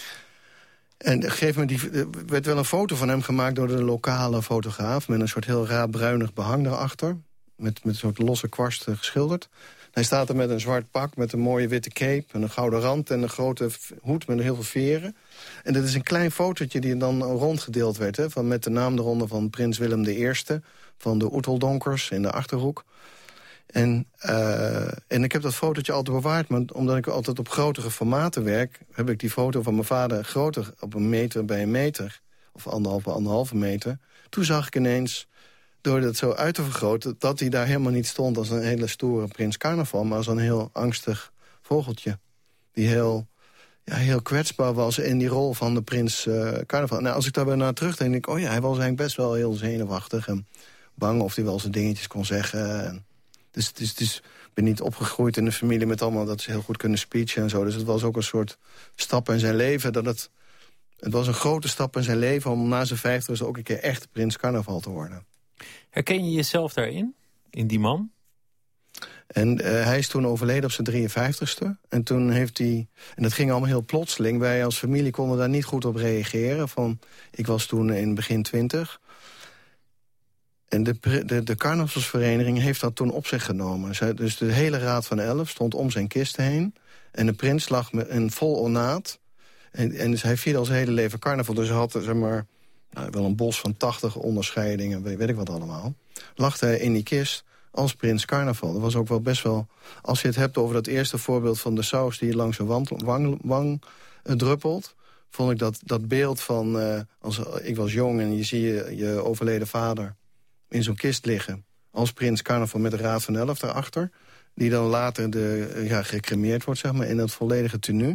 En op een gegeven moment werd wel een foto van hem gemaakt door de lokale fotograaf met een soort heel raar bruinig behang erachter. Met een soort losse kwast geschilderd. Hij staat er met een zwart pak, met een mooie witte cape en een gouden rand en een grote hoed met heel veel veren. En dat is een klein fotootje die dan rondgedeeld werd, hè, met de naam eronder van prins Willem I van de Oeteldonkers in de Achterhoek. En ik heb dat fotootje altijd bewaard, maar omdat ik altijd op grotere formaten werk, heb ik die foto van mijn vader groter op een meter bij een meter, of anderhalve meter. Toen zag ik ineens, door dat zo uit te vergroten, dat hij daar helemaal niet stond als een hele stoere prins carnaval, maar als een heel angstig vogeltje. Die heel kwetsbaar was in die rol van de prins carnaval. Nou, als ik daar weer naar terugdenk, denk ik, hij was eigenlijk best wel heel zenuwachtig en bang of hij wel zijn dingetjes kon zeggen. Dus ik ben niet opgegroeid in een familie met allemaal dat ze heel goed kunnen speechen en zo. Dus het was ook een soort stap in zijn leven. Het was een grote stap in zijn leven om na zijn 50e ook een keer echt prins carnaval te worden. Herken je jezelf daarin? In die man? En hij is toen overleden op zijn 53ste. En toen heeft hij, en dat ging allemaal heel plotseling. Wij als familie konden daar niet goed op reageren. Ik was toen in begin 20. En de carnavalsvereniging heeft dat toen op zich genomen. Dus de hele Raad van 11 stond om zijn kist heen. En de prins lag in vol ornaat. En dus hij vierde al zijn hele leven carnaval. Dus hij had, zeg maar, wel een bos van 80 onderscheidingen, weet ik wat allemaal. Lag hij in die kist als prins carnaval. Dat was ook wel best wel, als je het hebt over dat eerste voorbeeld van de saus die langs een wang druppelt, vond ik dat beeld van, ik was jong en je zie je overleden vader in zo'n kist liggen als prins carnaval met de Raad van 11 daarachter, die dan later gecremeerd wordt, zeg maar, in dat volledige tenue.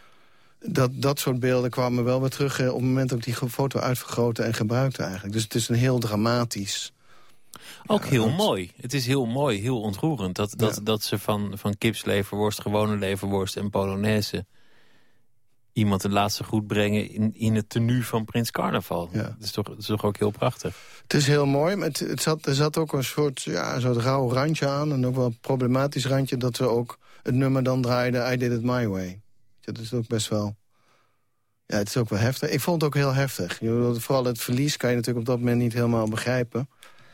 Dat soort beelden kwamen wel weer terug op het moment dat ik die foto uitvergrootte en gebruikte eigenlijk. Dus het is een heel dramatisch. Ook heel mooi. Het is heel mooi, heel ontroerend. Dat ze van kipsleverworst, gewone leverworst en Polonaise iemand de laatste groet brengen in het tenue van prins carnaval. Ja. Dat is toch ook heel prachtig. Het is heel mooi, maar er zat ook een soort rauw randje aan. En ook wel een problematisch randje dat ze ook het nummer dan draaiden I Did It My Way. Dat is ook best wel, het is ook wel heftig. Ik vond het ook heel heftig. Vooral het verlies kan je natuurlijk op dat moment niet helemaal begrijpen.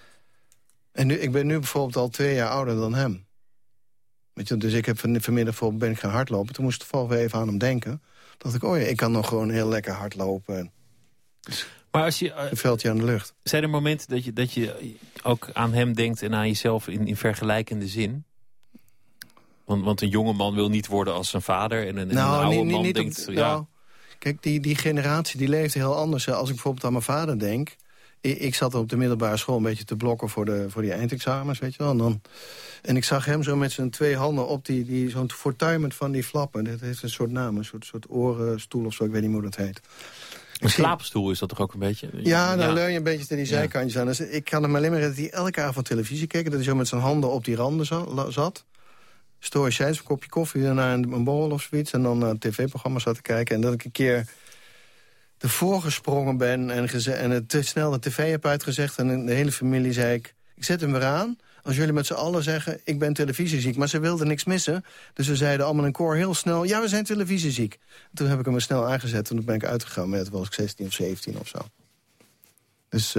En ik ben nu bijvoorbeeld al 2 jaar ouder dan hem. Weet je, dus ik heb vanmiddag ben ik gaan hardlopen. Toen moest ik toevallig weer even aan hem denken. Dacht ik, ik kan nog gewoon heel lekker hardlopen. Dus maar als je een veldje aan de lucht. Zijn er momenten dat je ook aan hem denkt en aan jezelf in vergelijkende zin? Want een jonge man wil niet worden als zijn vader. En een oude man denkt, kijk, die generatie die leeft heel anders. Als ik bijvoorbeeld aan mijn vader denk. Ik zat op de middelbare school een beetje te blokken voor die eindexamens, weet je wel. En ik zag hem zo met zijn 2 handen op zo'n fortuin met van die flappen. Dat heeft een soort naam, een soort orenstoel of zo, ik weet niet hoe dat heet. Een slaapstoel is dat toch ook een beetje? Ja, dan leun je een beetje tegen die zijkantjes aan. Dus ik kan hem alleen maar dat hij elke avond televisie keek. Dat hij zo met zijn handen op die randen zat. Stoïcijns, een kopje koffie, naar een borrel of zoiets. En dan een tv-programma zat te kijken. En dat ik een keer ervoor gesprongen ben en het te snel de tv heb uitgezegd. En de hele familie zei ik zet hem weer aan. Als jullie met z'n allen zeggen, ik ben televisieziek. Maar ze wilden niks missen. Dus ze zeiden allemaal in koor heel snel, ja, we zijn televisieziek. En toen heb ik hem er snel aangezet. En toen ben ik uitgegaan met, was ik 16 of 17 of zo. Dus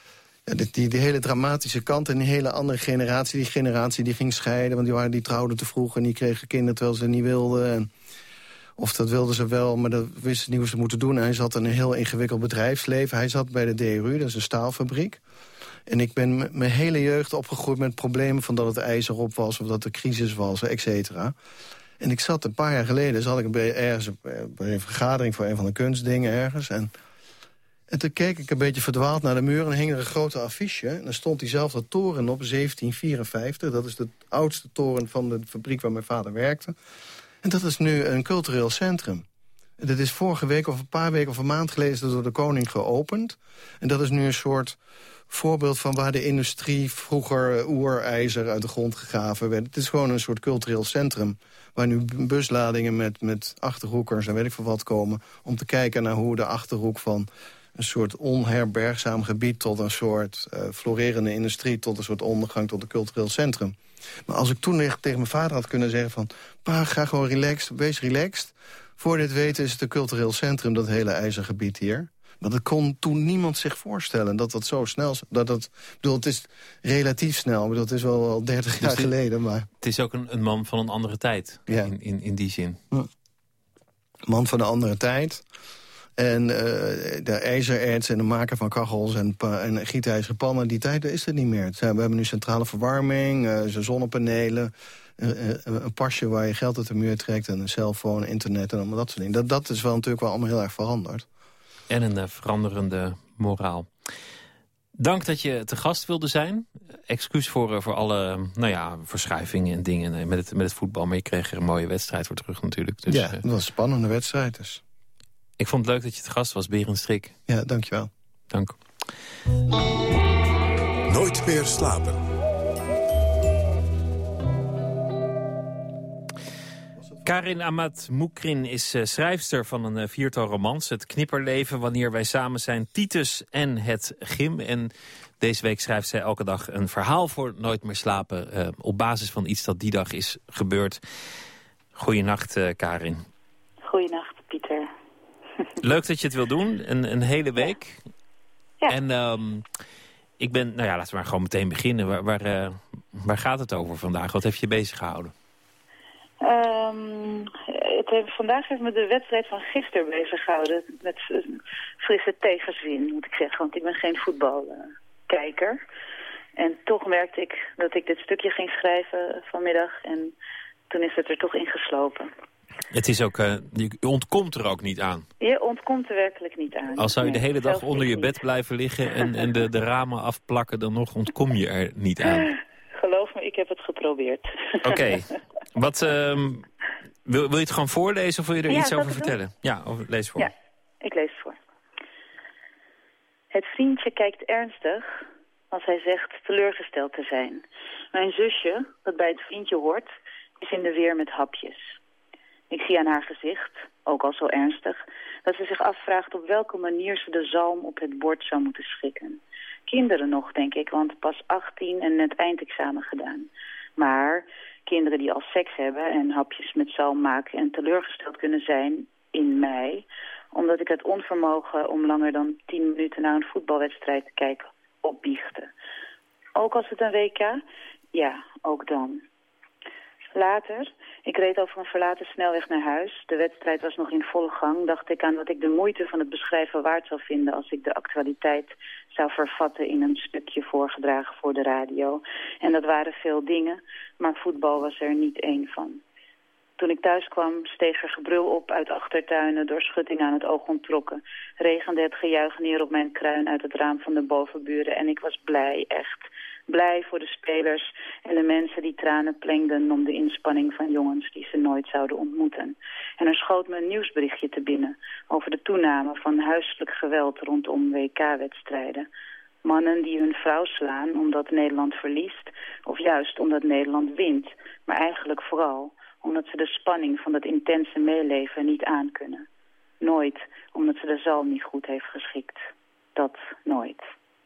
die hele dramatische kant en die hele andere generatie. Die generatie die ging scheiden, want die trouwden te vroeg. En die kregen kinderen terwijl ze niet wilden. En of dat wilden ze wel, maar dat wisten ze niet hoe ze moeten doen. En hij zat in een heel ingewikkeld bedrijfsleven. Hij zat bij de DRU, dat is een staalfabriek. En ik ben mijn hele jeugd opgegroeid met problemen van dat het ijzer op was, of dat er crisis was, et cetera. En ik zat een paar jaar geleden, ik ergens bij een vergadering voor een van de kunstdingen ergens. En toen keek ik een beetje verdwaald naar de muur en hing er een grote affiche. En daar stond diezelfde toren op, 1754. Dat is de oudste toren van de fabriek waar mijn vader werkte. En dat is nu een cultureel centrum. En dat is vorige week of een paar weken of een maand geleden door de koning geopend. En dat is nu een soort voorbeeld van waar de industrie vroeger oerijzer uit de grond gegraven werd. Het is gewoon een soort cultureel centrum waar nu busladingen met Achterhoekers en weet ik veel wat komen om te kijken naar hoe de Achterhoek van een soort onherbergzaam gebied tot een soort florerende industrie, tot een soort ondergang, tot een cultureel centrum. Maar als ik toen tegen mijn vader had kunnen zeggen van, pa, ga gewoon relaxed, wees relaxed. Voor dit weten is het een cultureel centrum, dat hele ijzergebied hier. Maar dat kon toen niemand zich voorstellen, dat dat zo snel... het is relatief snel, maar dat is wel 30 jaar geleden. Maar het is ook een man van een andere tijd, ja. in die zin. Ja. Man van een andere tijd. En de ijzererts en de maken van kachels en gietijzeren pannen, die tijd is het niet meer. We hebben nu centrale verwarming, zonnepanelen, een pasje waar je geld uit de muur trekt en een cellfoon, internet en allemaal dat soort dingen. Dat is wel natuurlijk wel allemaal heel erg veranderd. En een veranderende moraal. Dank dat je te gast wilde zijn. Excuus voor alle verschuivingen en dingen met het voetbal. Maar je kreeg er een mooie wedstrijd voor terug natuurlijk. Dus, ja, het was een spannende wedstrijd dus. Ik vond het leuk dat je te gast was, Berend Strik. Ja, dankjewel. Dank. Nooit meer slapen. Karin Ahmad Moukrin is schrijfster van een viertal romans. Het knipperleven, Wanneer wij samen zijn, Titus en Het Gym. En deze week schrijft zij elke dag een verhaal voor Nooit meer slapen. Op basis van iets dat die dag is gebeurd. Goeienacht, Karin. Goeienacht, Pieter. Leuk dat je het wil doen, een hele week. Ja. En ik ben, laten we maar gewoon meteen beginnen. Waar gaat het over vandaag? Wat heeft je bezig gehouden? Vandaag heeft me de wedstrijd van gisteren bezig gehouden. Met frisse tegenzin, moet ik zeggen. Want ik ben geen voetbalkijker. En toch merkte ik dat ik dit stukje ging schrijven vanmiddag. En toen is het er toch ingeslopen. Het is ook, je ontkomt er ook niet aan. Je ontkomt er werkelijk niet aan. Als zou je de hele dag onder je bed blijven liggen en de ramen afplakken, dan nog ontkom je er niet aan. Geloof me, ik heb het geprobeerd. Oké. Wat, wil je het gewoon voorlezen of wil je er iets over vertellen? Ja, lees voor. Ja, ik lees voor. Het vriendje kijkt ernstig als hij zegt teleurgesteld te zijn. Mijn zusje, dat bij het vriendje hoort, is in de weer met hapjes. Ik zie aan haar gezicht, ook al zo ernstig, dat ze zich afvraagt op welke manier ze de zalm op het bord zou moeten schikken. Kinderen nog, denk ik, want pas 18 en net eindexamen gedaan. Maar kinderen die al seks hebben en hapjes met zalm maken en teleurgesteld kunnen zijn in mij, omdat ik het onvermogen om langer dan 10 minuten naar een voetbalwedstrijd te kijken opbiechten. Ook als het een WK? Ja, ook dan. Later, ik reed over een verlaten snelweg naar huis. De wedstrijd was nog in volle gang. Dacht ik aan dat ik de moeite van het beschrijven waard zou vinden als ik de actualiteit zou vervatten in een stukje voorgedragen voor de radio. En dat waren veel dingen, maar voetbal was er niet één van. Toen ik thuis kwam, steeg er gebrul op uit achtertuinen, door schutting aan het oog onttrokken. Regende het gejuich neer op mijn kruin uit het raam van de bovenburen en ik was blij, echt. Blij voor de spelers en de mensen die tranen plengden om de inspanning van jongens die ze nooit zouden ontmoeten. En er schoot me een nieuwsberichtje te binnen over de toename van huiselijk geweld rondom WK-wedstrijden. Mannen die hun vrouw slaan omdat Nederland verliest of juist omdat Nederland wint, maar eigenlijk vooral omdat ze de spanning van dat intense meeleven niet aankunnen. Nooit, omdat ze de zalm niet goed heeft geschikt. Dat nooit.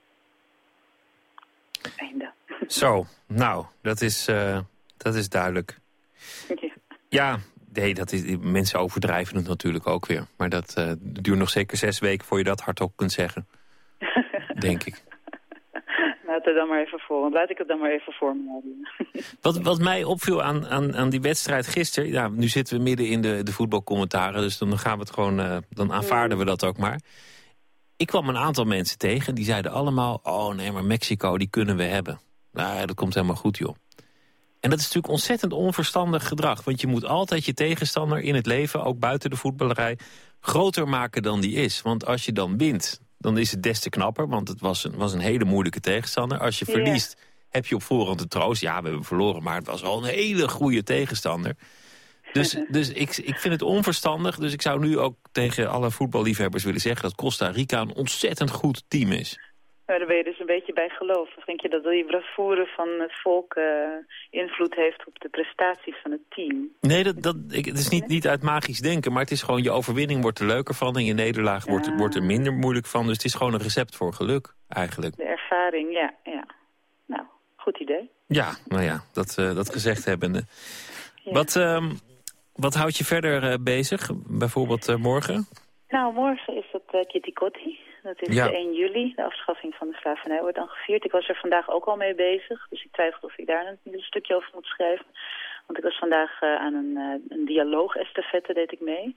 Einde. Zo, nou, dat is duidelijk. Ja, nee, mensen overdrijven het natuurlijk ook weer. Maar dat duurt nog zeker 6 weken voor je dat hardop kunt zeggen. Denk ik. Laat ik het dan maar even voor me houden. Wat mij opviel aan die wedstrijd gisteren... Ja, nu zitten we midden in de voetbalcommentaren... dus dan gaan we het gewoon, dan aanvaarden we dat ook maar. Ik kwam een aantal mensen tegen die zeiden allemaal... oh nee, maar Mexico, die kunnen we hebben. Nou, dat komt helemaal goed, joh. En dat is natuurlijk ontzettend onverstandig gedrag. Want je moet altijd je tegenstander in het leven, ook buiten de voetballerij... groter maken dan die is. Want als je dan wint... dan is het des te knapper, want het was een hele moeilijke tegenstander. Als je verliest, heb je op voorhand de troost. Ja, we hebben verloren, maar het was wel een hele goede tegenstander. Dus ik vind het onverstandig. Dus ik zou nu ook tegen alle voetballiefhebbers willen zeggen... dat Costa Rica een ontzettend goed team is. Nou, daar ben je dus een beetje bij gelovig. Denk je dat die bravoure van het volk invloed heeft op de prestaties van het team? Nee, het is niet uit magisch denken, maar het is gewoon je overwinning wordt er leuker van en je nederlaag wordt er minder moeilijk van. Dus het is gewoon een recept voor geluk, eigenlijk. De ervaring, ja. Nou, goed idee. Ja, nou ja, dat gezegd hebbende. Ja. Wat houdt je verder bezig, bijvoorbeeld morgen? Nou, morgen is het Kitty Kotti. Dat is de 1 juli, de afschaffing van de slavernij wordt dan gevierd. Ik was er vandaag ook al mee bezig, dus ik twijfelde of ik daar een stukje over moet schrijven. Want ik was vandaag aan een dialoog-estafette, deed ik mee.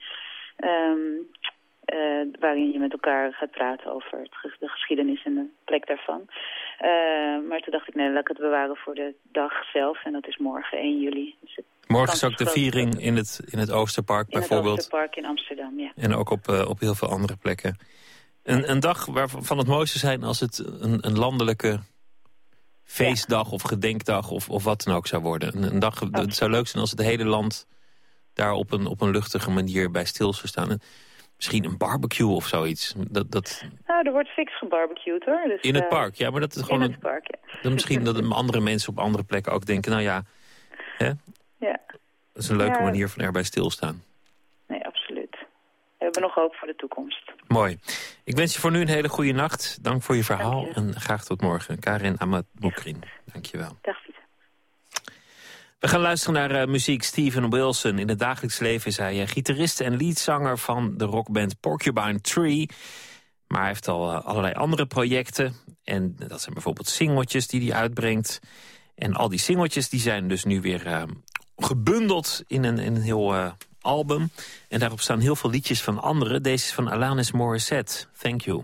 Waarin je met elkaar gaat praten over de geschiedenis en de plek daarvan. Maar toen dacht ik, nee, laat ik het bewaren voor de dag zelf. En dat is morgen, 1 juli. Dus morgen is ook de viering in het Oosterpark bijvoorbeeld. In het Oosterpark in Amsterdam, ja. En ook op heel veel andere plekken. Een dag waarvan het mooiste zijn als het een landelijke feestdag of gedenkdag of wat dan ook zou worden. Een dag, het zou leuk zijn als het hele land daar op een luchtige manier bij stil zou staan. Misschien een barbecue of zoiets. Nou, er wordt fix gebarbecued, hoor. Dus, in het park, ja, maar dat is gewoon in het park, ja. Dan misschien dat andere mensen op andere plekken ook denken, nou ja, hè? Ja. Dat is een leuke manier van erbij stilstaan. Nee, absoluut. We hebben nog hoop voor de toekomst. Mooi. Ik wens je voor nu een hele goede nacht. Dank voor je verhaal en graag tot morgen. Karin Amatmoukrin, dank je wel. Dag Pieter. We gaan luisteren naar muziek. Steven Wilson. In het dagelijks leven is hij gitarist en leadzanger van de rockband Porcupine Tree. Maar hij heeft al allerlei andere projecten. En dat zijn bijvoorbeeld singeltjes die hij uitbrengt. En al die singeltjes die zijn dus nu weer gebundeld in een heel album. En daarop staan heel veel liedjes van anderen. Deze is van Alanis Morissette. Thank You.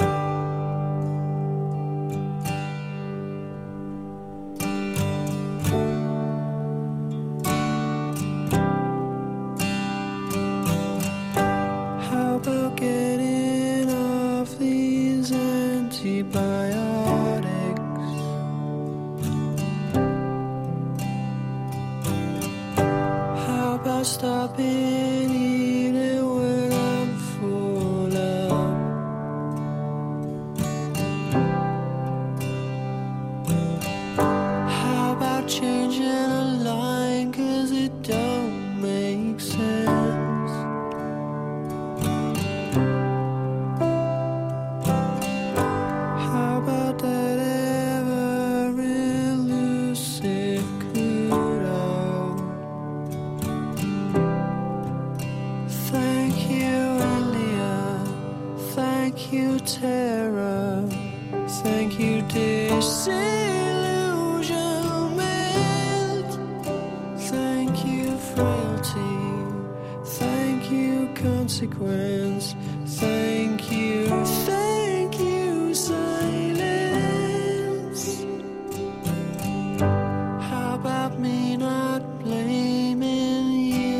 How about getting off these antibiotics? How about stopping eating when I'm full up? How about changing a line 'cause it don't make sense? How about that ever elusive kudo? Thank you, India. Thank you, Terra. Thank you, disillusionment. Thank you, frailty. Thank you, consequence. Thank you, silence. How about me not blaming you?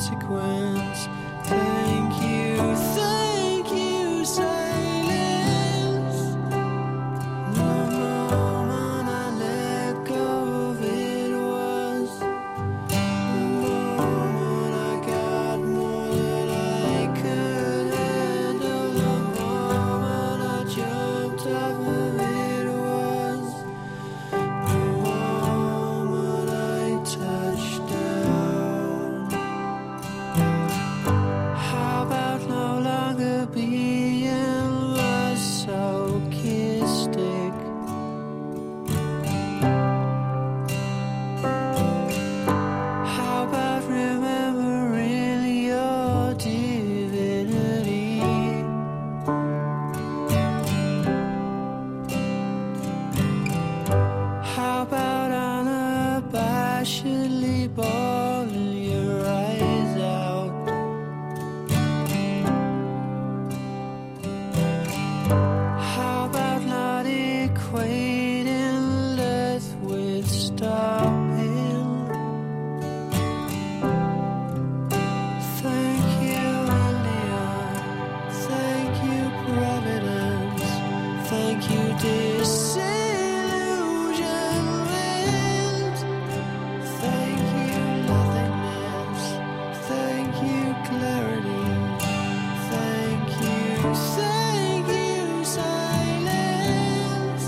consequence. Thank you, silence. The moment I let go of it was the moment I got more than I could handle. The moment I jumped off of it was the moment I touched down. How about no longer being masochistic? How about remembering your divinity? How about unabashedly bawling your eyes out? How about not equating death with stopping? Thank you, India. Thank you, Providence. Thank you, disillusionment. Thank you, nothingness. Thank you, clarity. Thank you, silence.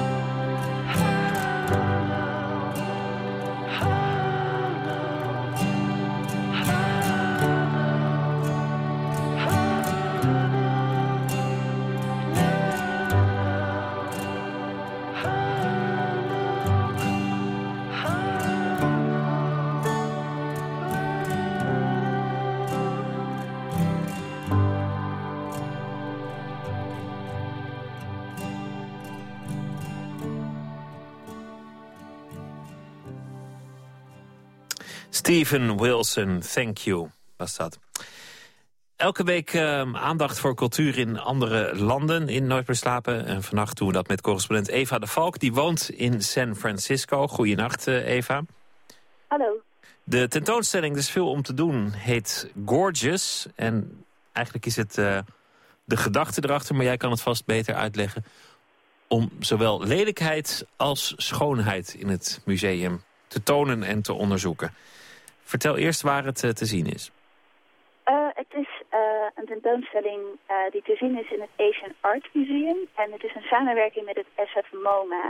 Steven Wilson, Thank You, was dat. Elke week aandacht voor cultuur in andere landen in Nooit meer slapen. En vannacht doen we dat met correspondent Eva de Valk. Die woont in San Francisco. Goeienacht, Eva. Hallo. De tentoonstelling, er is veel om te doen, heet Gorgeous. En eigenlijk is het de gedachte erachter, maar jij kan het vast beter uitleggen, om zowel lelijkheid als schoonheid in het museum te tonen en te onderzoeken. Vertel eerst waar het te zien is. Het is een tentoonstelling die te zien is in het Asian Art Museum. En het is een samenwerking met het SF MoMA.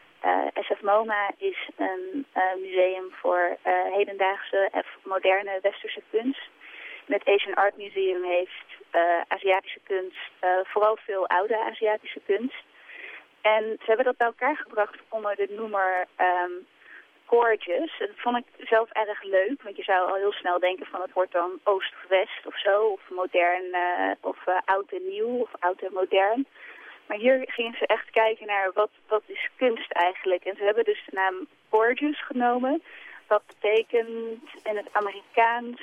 SF MoMA is een museum voor hedendaagse en moderne westerse kunst. En het Asian Art Museum heeft Aziatische kunst, vooral veel oude Aziatische kunst. En ze hebben dat bij elkaar gebracht onder de noemer Gorgeous. Dat vond ik zelf erg leuk, want je zou al heel snel denken van het wordt dan oost of west of zo, of modern of oud en nieuw of oud en modern. Maar hier gingen ze echt kijken naar wat is kunst eigenlijk. En ze hebben dus de naam Gorgeous genomen. Dat betekent in het Amerikaans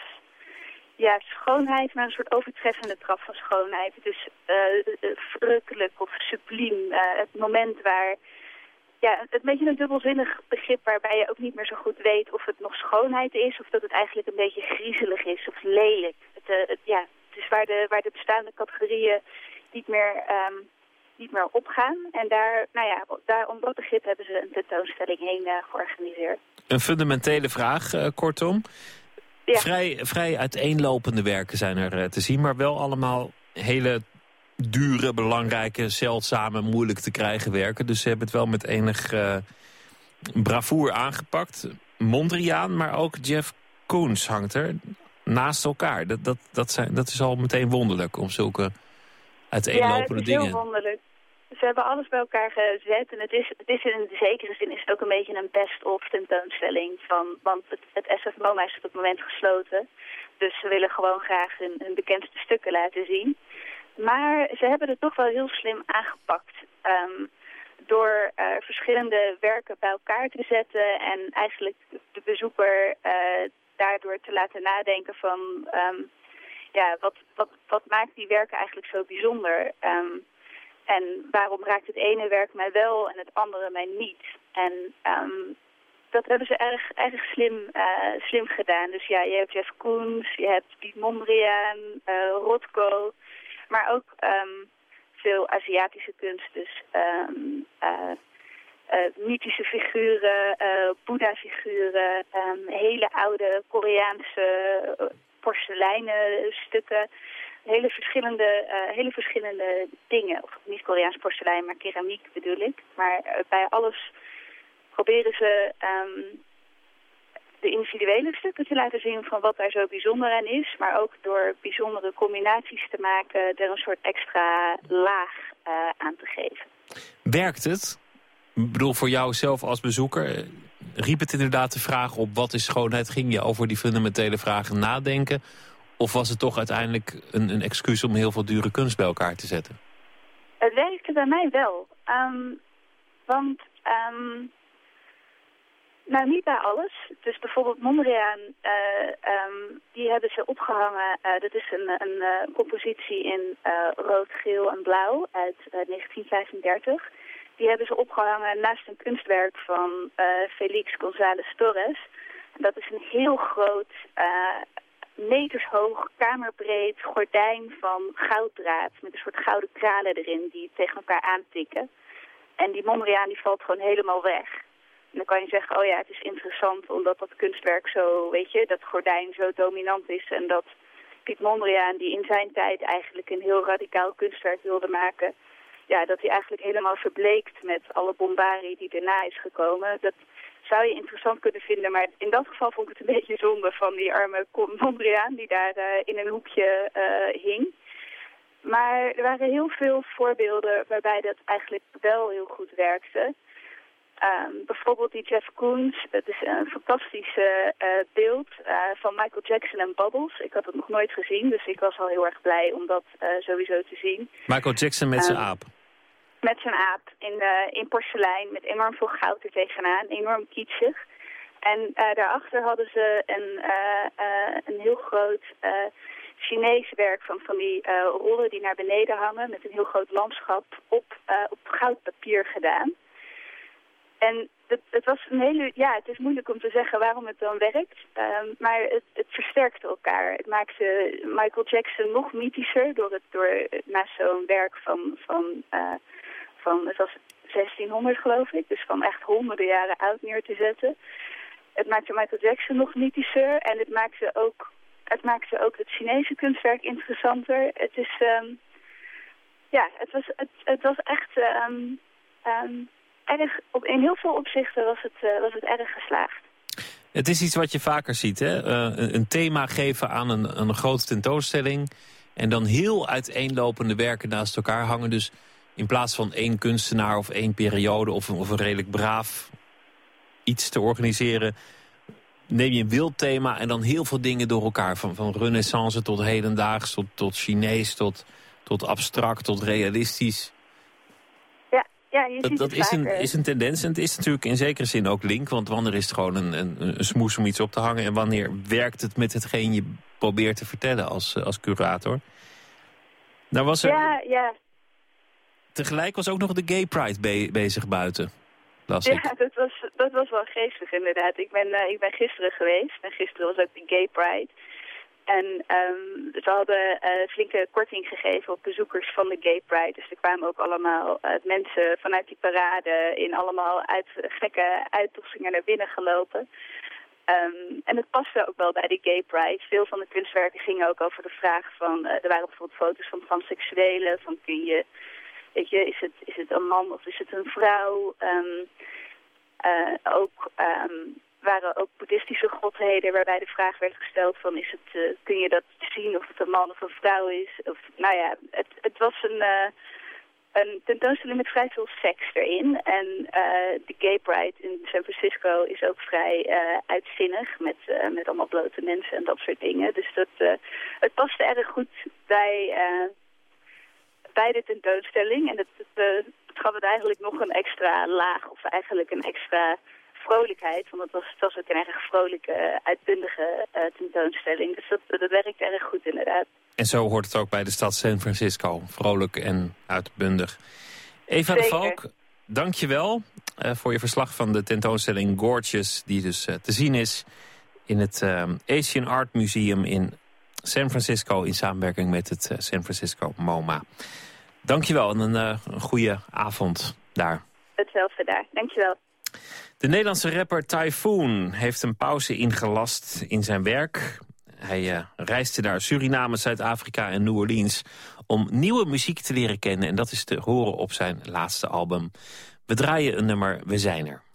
schoonheid, maar een soort overtreffende trap van schoonheid. Dus verrukkelijk of subliem. Het moment waar een beetje een dubbelzinnig begrip waarbij je ook niet meer zo goed weet of het nog schoonheid is of dat het eigenlijk een beetje griezelig is of lelijk. Het is waar de bestaande categorieën niet meer opgaan. En daar om dat begrip hebben ze een tentoonstelling heen georganiseerd. Een fundamentele vraag, kortom. Ja. Vrij uiteenlopende werken zijn er te zien, maar wel allemaal hele dure, belangrijke, zeldzame, moeilijk te krijgen werken. Dus ze hebben het wel met enig bravoer aangepakt. Mondriaan, maar ook Jeff Koons hangt er naast elkaar. Dat is al meteen wonderlijk om zulke uiteenlopende dingen. Ja, het is heel wonderlijk. Ze hebben alles bij elkaar gezet en het is in zekere zin is het ook een beetje een best-of tentoonstelling. Want het SF MoMA is op het moment gesloten. Dus ze willen gewoon graag hun bekendste stukken laten zien. Maar ze hebben het toch wel heel slim aangepakt. Door verschillende werken bij elkaar te zetten en eigenlijk de bezoeker daardoor te laten nadenken van wat maakt die werken eigenlijk zo bijzonder. En waarom raakt het ene werk mij wel en het andere mij niet? En dat hebben ze erg slim gedaan. Dus ja, je hebt Jeff Koons, je hebt Piet Mondriaan, Rothko, maar ook veel Aziatische kunst. Dus mythische figuren, Boeddha-figuren, hele oude Koreaanse porseleinen stukken. Hele verschillende dingen. Of niet Koreaans porselein, maar keramiek bedoel ik. Maar bij alles proberen ze de individuele stukken te laten zien van wat daar zo bijzonder aan is. Maar ook door bijzondere combinaties te maken, er een soort extra laag aan te geven. Werkt het? Ik bedoel, voor jou zelf als bezoeker, riep het inderdaad de vraag op wat is schoonheid? Ging je over die fundamentele vragen nadenken? Of was het toch uiteindelijk een excuus om heel veel dure kunst bij elkaar te zetten? Het werkte bij mij wel. Want, nou niet bij alles. Dus bijvoorbeeld Mondriaan, die hebben ze opgehangen. Dat is een compositie in rood, geel en blauw uit 1935. Die hebben ze opgehangen naast een kunstwerk van Félix González Torres. Dat is een heel groot, metershoog, kamerbreed gordijn van gouddraad met een soort gouden kralen erin die tegen elkaar aantikken. En die Mondriaan die valt gewoon helemaal weg. En dan kan je zeggen, oh ja, het is interessant omdat dat kunstwerk zo, weet je, dat gordijn zo dominant is. En dat Piet Mondriaan, die in zijn tijd eigenlijk een heel radicaal kunstwerk wilde maken, ja, dat hij eigenlijk helemaal verbleekt met alle bombarie die daarna is gekomen. Dat zou je interessant kunnen vinden, maar in dat geval vond ik het een beetje zonde van die arme Mondriaan die daar in een hoekje hing. Maar er waren heel veel voorbeelden waarbij dat eigenlijk wel heel goed werkte. Bijvoorbeeld die Jeff Koons, het is een fantastisch beeld van Michael Jackson en Bubbles. Ik had het nog nooit gezien, dus ik was al heel erg blij om dat sowieso te zien. Michael Jackson met zijn aap. Met zijn aap in porselein, met enorm veel goud er tegenaan, enorm kitschig. En daarachter hadden ze een heel groot Chinees werk van die rollen die naar beneden hangen met een heel groot landschap op goudpapier gedaan. En het was een hele, ja, het is moeilijk om te zeggen waarom het dan werkt, maar het versterkte elkaar. Het maakte Michael Jackson nog mythischer door naast zo'n werk van het was 1600 geloof ik, dus van echt honderden jaren oud neer te zetten. Het maakte Michael Jackson nog mythischer en het maakte ook het Chinese kunstwerk interessanter. Het is, het was echt erg, in heel veel opzichten was het erg geslaagd. Het is iets wat je vaker ziet, hè? Een thema geven aan een grote tentoonstelling en dan heel uiteenlopende werken naast elkaar hangen. Dus in plaats van één kunstenaar of één periode of een redelijk braaf iets te organiseren, neem je een wild thema en dan heel veel dingen door elkaar. Van renaissance tot hedendaags, tot Chinees, tot abstract, tot realistisch. Ja, je ziet dat is een tendens en het is natuurlijk in zekere zin ook link. Want wanneer is het gewoon een smoes om iets op te hangen en wanneer werkt het met hetgeen je probeert te vertellen als curator? Nou was er... Ja. Tegelijk was ook nog de Gay Pride bezig buiten, las ik. Ja, dat was wel geestig inderdaad. Ik ben gisteren geweest en gisteren was ook de Gay Pride. En ze hadden flinke korting gegeven op bezoekers van de Gay Pride. Dus er kwamen ook allemaal mensen vanuit die parade in allemaal gekke uitdossingen naar binnen gelopen. En het paste ook wel bij de Gay Pride. Veel van de kunstwerken gingen ook over de vraag van, er waren bijvoorbeeld foto's van transseksuelen, van kun je, weet je, is het een man of is het een vrouw? Waren ook boeddhistische godheden waarbij de vraag werd gesteld van kun je dat zien of het een man of een vrouw is? Of, nou ja, het was een tentoonstelling met vrij veel seks erin. En de Gay Pride in San Francisco is ook vrij uitzinnig met allemaal blote mensen en dat soort dingen. Dus het paste erg goed bij de tentoonstelling. En het gaf het eigenlijk nog een extra laag of eigenlijk een extra vrolijkheid, want het was ook een erg vrolijke, uitbundige tentoonstelling. Dus dat werkt erg goed inderdaad. En zo hoort het ook bij de stad San Francisco. Vrolijk en uitbundig. Eva de Valk, dank je wel. voor je verslag van de tentoonstelling Gorgeous, die dus te zien is in het Asian Art Museum in San Francisco in samenwerking met het San Francisco MoMA. Dankjewel en een goede avond daar. Hetzelfde daar, dankjewel. De Nederlandse rapper Typhoon heeft een pauze ingelast in zijn werk. Hij reisde naar Suriname, Zuid-Afrika en New Orleans om nieuwe muziek te leren kennen. En dat is te horen op zijn laatste album. We draaien een nummer, We zijn er.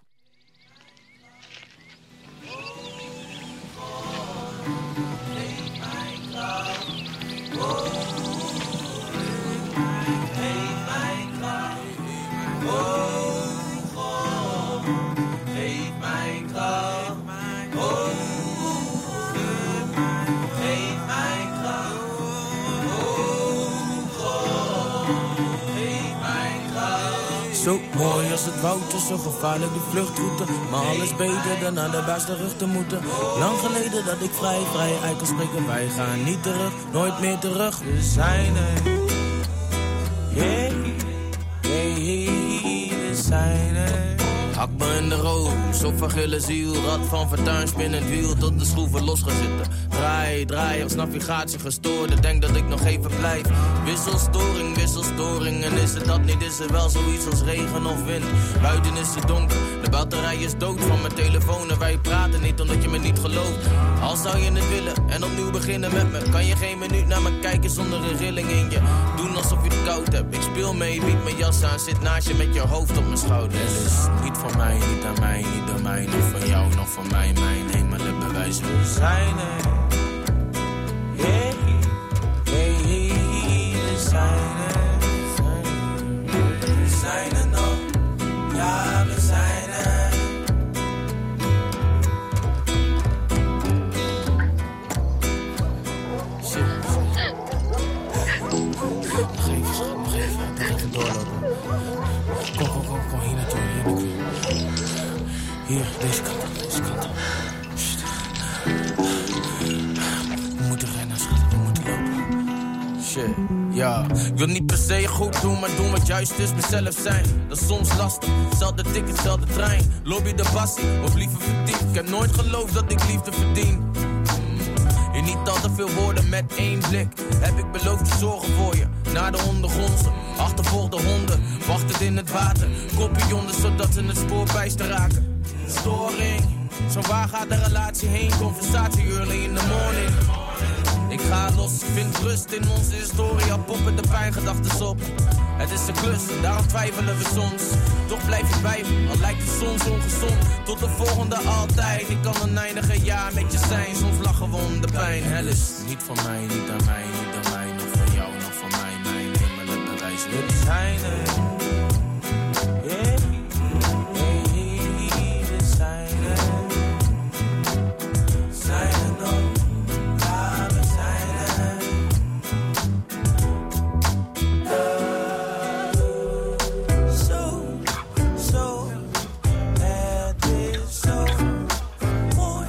Zo mooi als het woud is, zo gevaarlijk de vluchtroute. Maar alles beter dan naar de beste rug te moeten. Lang geleden dat ik vrij uit kan spreken. Wij gaan niet terug, nooit meer terug. We zijn er. Yeah, we zijn er. Hak me in de roos, op vergille ziel. Rad van fortuin, spinnend wiel, tot de schroeven los gaan zitten. Draai, als navigatie gestoord. Denk dat ik nog even blijf. Wisselstoring. En is het dat niet, is er wel zoiets als regen of wind. Buiten is het donker, de batterij is dood van mijn telefoon. En wij praten niet omdat je me niet gelooft. Al zou je het willen en opnieuw beginnen met me. Kan je geen minuut naar me kijken zonder een rilling in je. Doen alsof je het koud hebt. Ik speel mee, bied mijn jas aan. Zit naast je met je hoofd op mijn schouder. Het is niet van mij, niet aan mij, niet door mij. Nog van jou, nog van mij, mijn hemelen bewijzen. We zijn er. Yeah, we zijn er. We zijn er nog. Ja, we zijn er. Shit. Nog even doorlopen. Kom hier naartoe, Hier, deze kant op. Shit. We moeten rennen, schat. We moeten lopen. Shit, ja. Ik wil niet per se goed doen, maar doen wat juist is, mezelf zijn. Dat is soms lastig. Zelfde ticket, zelfde trein. Lobby de passie, of liever verdiend. Ik heb nooit geloofd dat ik liefde verdien. Je niet al te veel woorden met één blik. Heb ik beloofd te zorgen voor je. Naar de ondergrondse, achtervolg de honden. Wacht het in het water, kopje onder, zodat ze het spoor bijster raken. Storing, zo waar gaat de relatie heen? Conversatie early in the morning. Ik ga los, vind rust in onze historie. Al poppen de pijngedachten op. Het is een klus, daarom twijfelen we soms. Toch blijf je bij me, al lijkt het soms ongezond. Tot de volgende altijd, ik kan een eindige jaar met je zijn. Soms lachen we om de pijn. Hel is niet van mij, niet aan mij, niet aan mij. Nog van jou, nog van mij, mijn hemelen bewijzen. We zijn er. Yeah. We zijn er. Zijn er nog. Ja, we zijn er. Het is zo mooi.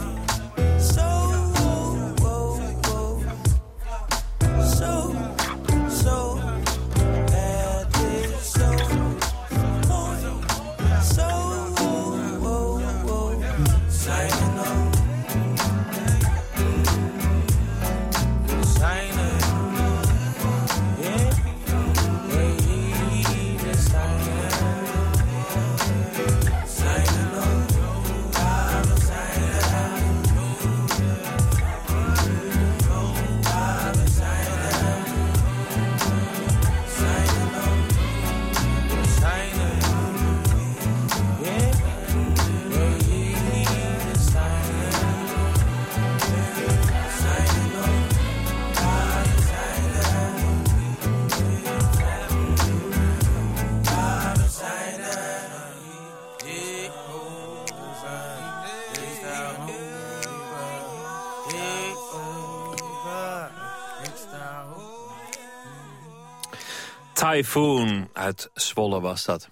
Typhoon uit Zwolle was dat.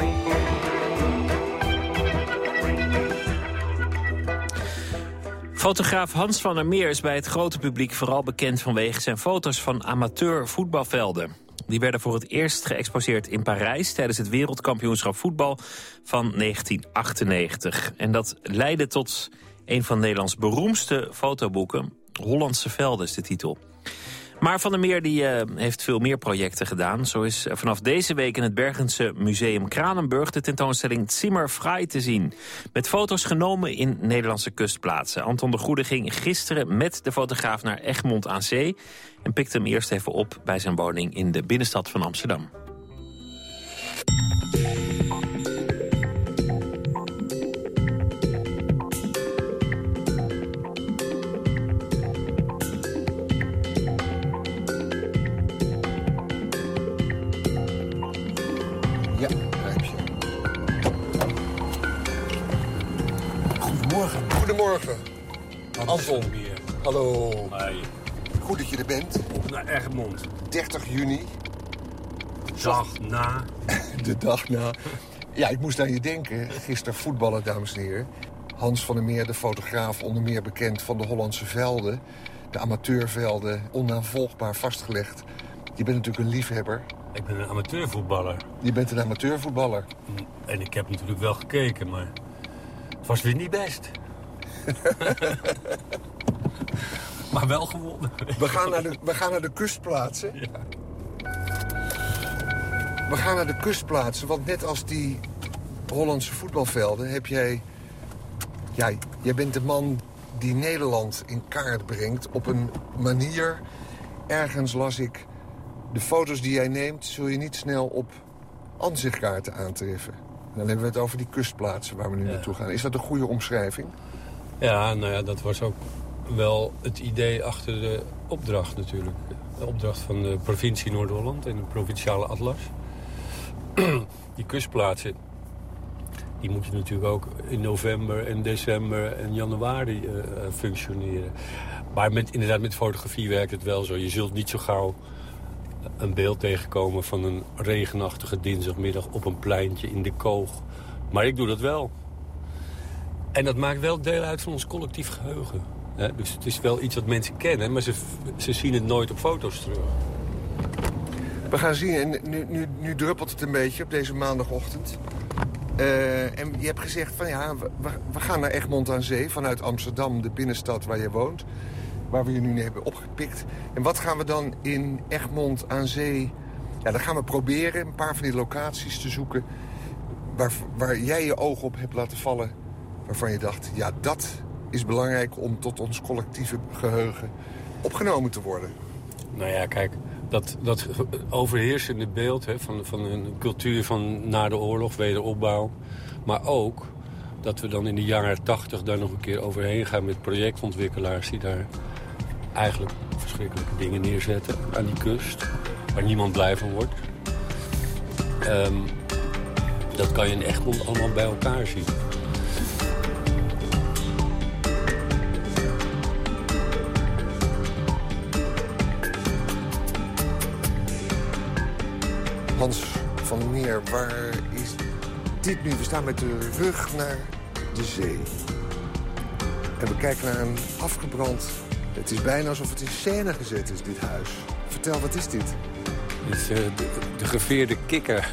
Fotograaf Hans van der Meer is bij het grote publiek vooral bekend vanwege zijn foto's van amateur voetbalvelden. Die werden voor het eerst geëxposeerd in Parijs tijdens het wereldkampioenschap voetbal van 1998. En dat leidde tot een van Nederlands beroemdste fotoboeken. Hollandse Velden is de titel. Maar Van der Meer die, heeft veel meer projecten gedaan. Zo is vanaf deze week in het Bergense Museum Kranenburg de tentoonstelling Zimmer Frei te zien. Met foto's genomen in Nederlandse kustplaatsen. Anton de Goede ging gisteren met de fotograaf naar Egmond aan Zee en pikte hem eerst even op bij zijn woning in de binnenstad van Amsterdam. Ja, daar heb je. Goedemorgen. Goedemorgen. Anton. Hallo. Hi. Goed dat je er bent. Op naar Egmond. 30 juni. Dag na. De dag na. Ja, ik moest aan je denken. Gisteren voetballen, dames en heren. Hans van der Meer, de fotograaf, onder meer bekend van de Hollandse Velden. De amateurvelden, onnavolgbaar vastgelegd. Je bent natuurlijk een liefhebber. Ik ben een amateurvoetballer. Je bent een amateurvoetballer. En ik heb natuurlijk wel gekeken, maar het was weer niet best. Maar wel gewonnen. We gaan naar de kustplaatsen. Ja. We gaan naar de kustplaatsen, want net als die Hollandse voetbalvelden heb jij... Ja, jij bent de man die Nederland in kaart brengt op een manier. Ergens las ik, de foto's die jij neemt zul je niet snel op ansichtkaarten aantreffen. Dan hebben we het over die kustplaatsen waar we nu naartoe gaan. Is dat een goede omschrijving? Ja, nou ja, dat was ook wel het idee achter de opdracht natuurlijk. De opdracht van de provincie Noord-Holland en de provinciale atlas. Die kustplaatsen, die moeten natuurlijk ook in november en december en januari functioneren. Maar inderdaad met fotografie werkt het wel zo. Je zult niet zo gauw een beeld tegenkomen van een regenachtige dinsdagmiddag op een pleintje in de Koog. Maar ik doe dat wel. En dat maakt wel deel uit van ons collectief geheugen. Dus het is wel iets wat mensen kennen, maar ze zien het nooit op foto's terug. We gaan zien, en nu druppelt het een beetje op deze maandagochtend. En je hebt gezegd van ja, we gaan naar Egmond aan Zee vanuit Amsterdam, de binnenstad waar je woont. Waar we je nu hebben opgepikt. En wat gaan we dan in Egmond aan Zee... Ja, dan gaan we proberen een paar van die locaties te zoeken... waar jij je oog op hebt laten vallen. Waarvan je dacht, ja, dat is belangrijk om tot ons collectieve geheugen opgenomen te worden. Nou ja, kijk, dat overheersende beeld van een cultuur van na de oorlog, wederopbouw. Maar ook dat we dan in de jaren 80 daar nog een keer overheen gaan met projectontwikkelaars die daar eigenlijk verschrikkelijke dingen neerzetten aan die kust, waar niemand blij van wordt. Dat kan je in Egmond allemaal bij elkaar zien. Hans van der Meer, waar is dit nu? We staan met de rug naar de zee. En we kijken naar een afgebrand... Het is bijna alsof het in scène gezet is, dit huis. Vertel, wat is dit? Dit is de geveerde kikker.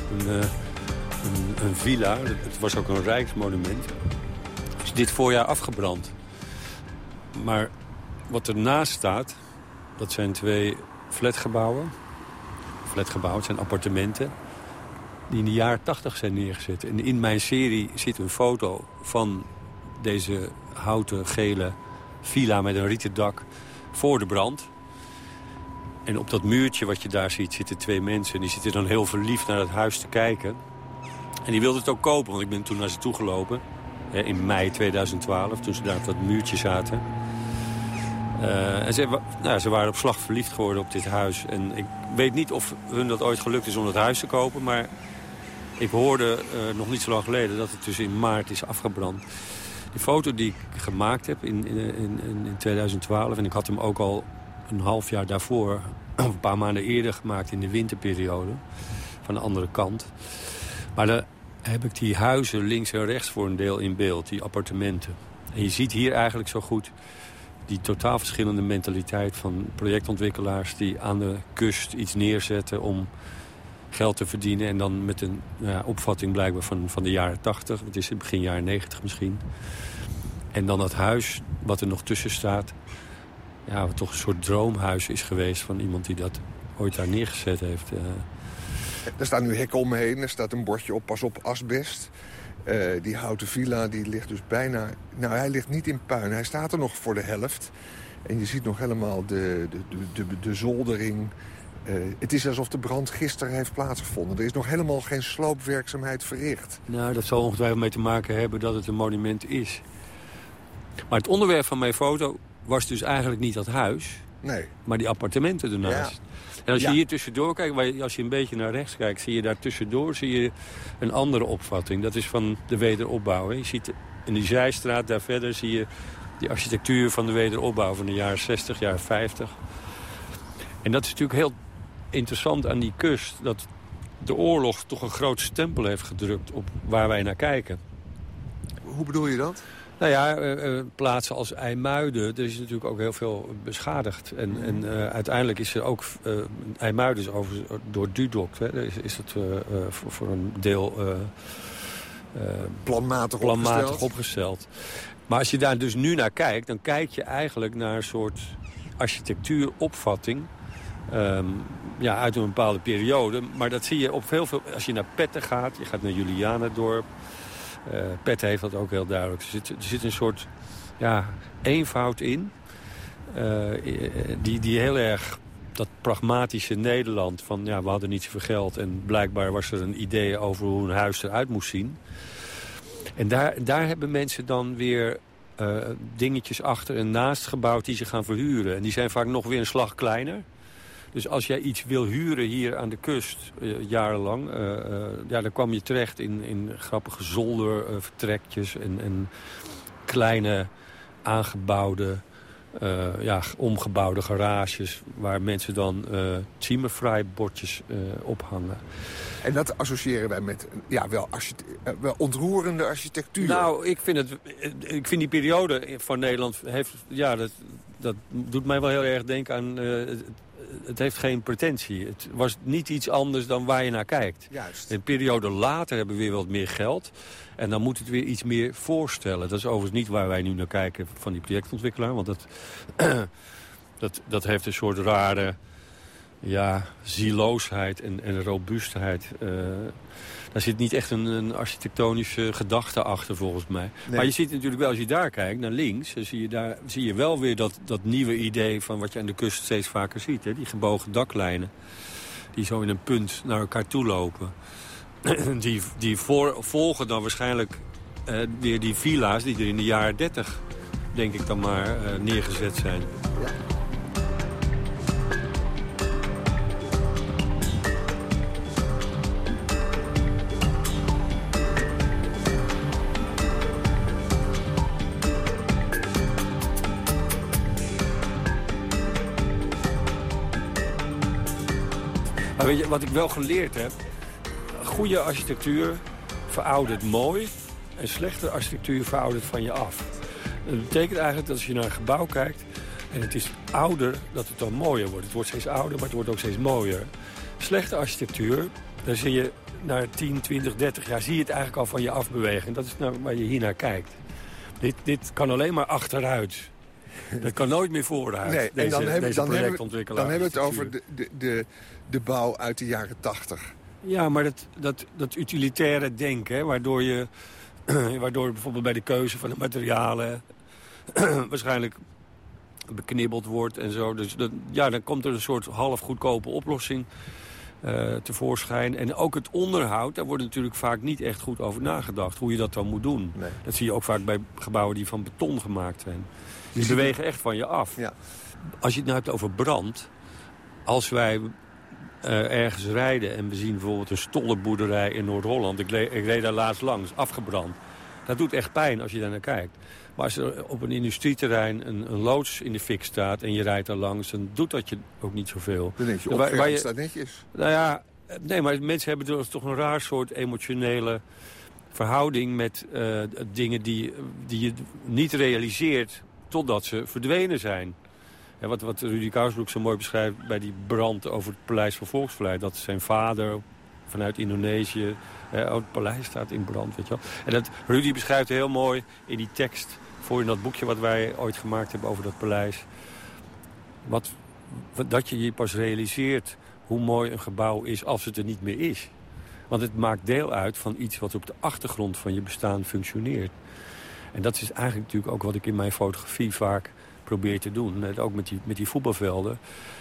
Een villa. Het was ook een rijksmonument. Is dit voorjaar afgebrand. Maar wat ernaast staat, dat zijn 2 flatgebouwen. Flatgebouwen, het zijn appartementen. Die in de jaren 80 zijn neergezet. En in mijn serie zit een foto van deze houten gele villa met een rieten dak voor de brand. En op dat muurtje wat je daar ziet zitten 2 mensen. Die zitten dan heel verliefd naar het huis te kijken. En die wilden het ook kopen, want ik ben toen naar ze toe gelopen. In mei 2012, toen ze daar op dat muurtje zaten. En ze waren op slag verliefd geworden op dit huis. En ik weet niet of hun dat ooit gelukt is om dat huis te kopen. Maar ik hoorde nog niet zo lang geleden dat het dus in maart is afgebrand. Die foto die ik gemaakt heb in 2012... en ik had hem ook al een half jaar daarvoor... of een paar maanden eerder gemaakt in de winterperiode... van de andere kant. Maar dan heb ik die huizen links en rechts voor een deel in beeld, die appartementen. En je ziet hier eigenlijk zo goed die totaal verschillende mentaliteit van projectontwikkelaars... die aan de kust iets neerzetten om geld te verdienen... en dan met een opvatting blijkbaar van de jaren 80. Het is begin jaren 90 misschien. En dan dat huis wat er nog tussen staat... ja, wat toch een soort droomhuis is geweest van iemand die dat ooit daar neergezet heeft. Er staan nu hekken omheen, er staat een bordje op, pas op asbest. Die houten villa die ligt dus bijna... Nou, hij ligt niet in puin, hij staat er nog voor de helft. En je ziet nog helemaal de zoldering. Het is alsof de brand gisteren heeft plaatsgevonden. Er is nog helemaal geen sloopwerkzaamheid verricht. Nou, dat zal ongetwijfeld mee te maken hebben dat het een monument is. Maar het onderwerp van mijn foto was dus eigenlijk niet dat huis... Nee. Maar die appartementen ernaast. Ja. En als je hier tussendoor kijkt, als je een beetje naar rechts kijkt... zie je daar tussendoor een andere opvatting. Dat is van de wederopbouw. Hè. Je ziet in die zijstraat daar verder zie je die architectuur van de wederopbouw... van de jaren 60, jaren 50. En dat is natuurlijk heel interessant aan die kust... dat de oorlog toch een groot stempel heeft gedrukt op waar wij naar kijken. Hoe bedoel je dat? Nou ja, plaatsen als IJmuiden, er is natuurlijk ook heel veel beschadigd. En uiteindelijk is er ook... IJmuiden is door Dudok, hè, is dat voor een deel planmatig opgesteld. Maar als je daar dus nu naar kijkt, dan kijk je eigenlijk naar een soort architectuuropvatting... uit een bepaalde periode. Maar dat zie je op veel... Als je naar Petten gaat, je gaat naar Julianendorp... Petten heeft dat ook heel duidelijk. Er zit een soort eenvoud in. Die heel erg dat pragmatische Nederland van... we hadden niet zoveel geld en blijkbaar was er een idee over hoe een huis eruit moest zien. En daar hebben mensen dan weer dingetjes achter en naast gebouwd die ze gaan verhuren. En die zijn vaak nog weer een slag kleiner. Dus als jij iets wil huren hier aan de kust, jarenlang... dan kwam je terecht in grappige zoldervertrekjes... en kleine aangebouwde, omgebouwde garages... waar mensen dan Zimmerfrei-bordjes ophangen. En dat associëren wij met wel ontroerende architectuur. Nou, ik vind die periode van Nederland... dat doet mij wel heel erg denken aan... Het heeft geen pretentie. Het was niet iets anders dan waar je naar kijkt. Juist. Een periode later hebben we weer wat meer geld. En dan moet het weer iets meer voorstellen. Dat is overigens niet waar wij nu naar kijken van die projectontwikkelaar. Want dat heeft een soort rare zieloosheid en robuustheid. Daar zit niet echt een architectonische gedachte achter, volgens mij. Nee. Maar je ziet natuurlijk wel, als je daar kijkt, naar links... zie je wel weer dat nieuwe idee van wat je aan de kust steeds vaker ziet. Hè? Die gebogen daklijnen, die zo in een punt naar elkaar toe lopen. Die volgen dan waarschijnlijk weer die villa's die er in de jaren 30, denk ik dan maar, neergezet zijn. Ja. Maar weet je, wat ik wel geleerd heb... goede architectuur veroudert mooi... en slechte architectuur veroudert van je af. Dat betekent eigenlijk dat als je naar een gebouw kijkt... en het is ouder, dat het dan mooier wordt. Het wordt steeds ouder, maar het wordt ook steeds mooier. Slechte architectuur, daar zie je na 10, 20, 30 jaar... zie je het eigenlijk al van je afbewegen. En dat is nou waar je hier naar kijkt. Dit kan alleen maar achteruit... Dat kan nooit meer vooruit. Nee, en dan hebben we het over de bouw uit de jaren 80. Ja, maar dat utilitaire denken... Waardoor bijvoorbeeld bij de keuze van de materialen... waarschijnlijk beknibbeld wordt en zo. Dus dan komt er een soort half goedkope oplossing tevoorschijn. En ook het onderhoud, daar wordt natuurlijk vaak niet echt goed over nagedacht. Hoe je dat dan moet doen. Nee. Dat zie je ook vaak bij gebouwen die van beton gemaakt zijn. Die bewegen echt van je af. Ja. Als je het nou hebt over brand... Als wij ergens rijden en we zien bijvoorbeeld een stollenboerderij in Noord-Holland... Ik reed daar laatst langs, afgebrand. Dat doet echt pijn als je daar naar kijkt. Maar als er op een industrieterrein een loods in de fik staat... en je rijdt daar langs, dan doet dat je ook niet zoveel. Dan denk je, opgeruimd staat netjes. Nou ja, nee, maar mensen hebben toch een raar soort emotionele... verhouding met dingen die je niet realiseert... totdat ze verdwenen zijn. En wat Rudy Kousbroek zo mooi beschrijft bij die brand over het Paleis van Volksverleid. Dat zijn vader vanuit Indonesië, het paleis staat in brand, weet je wel. En dat Rudy beschrijft heel mooi in die tekst voor in dat boekje wat wij ooit gemaakt hebben over dat paleis. Dat je pas realiseert hoe mooi een gebouw is als het er niet meer is. Want het maakt deel uit van iets wat op de achtergrond van je bestaan functioneert. En dat is eigenlijk natuurlijk ook wat ik in mijn fotografie vaak probeer te doen. Net ook met die voetbalvelden.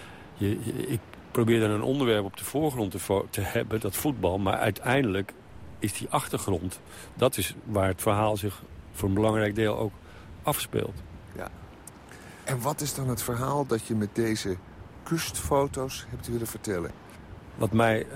Ik probeer dan een onderwerp op de voorgrond te hebben, dat voetbal. Maar uiteindelijk is die achtergrond, dat is waar het verhaal zich voor een belangrijk deel ook afspeelt. Ja. En wat is dan het verhaal dat je met deze kustfoto's hebt willen vertellen? Wat mij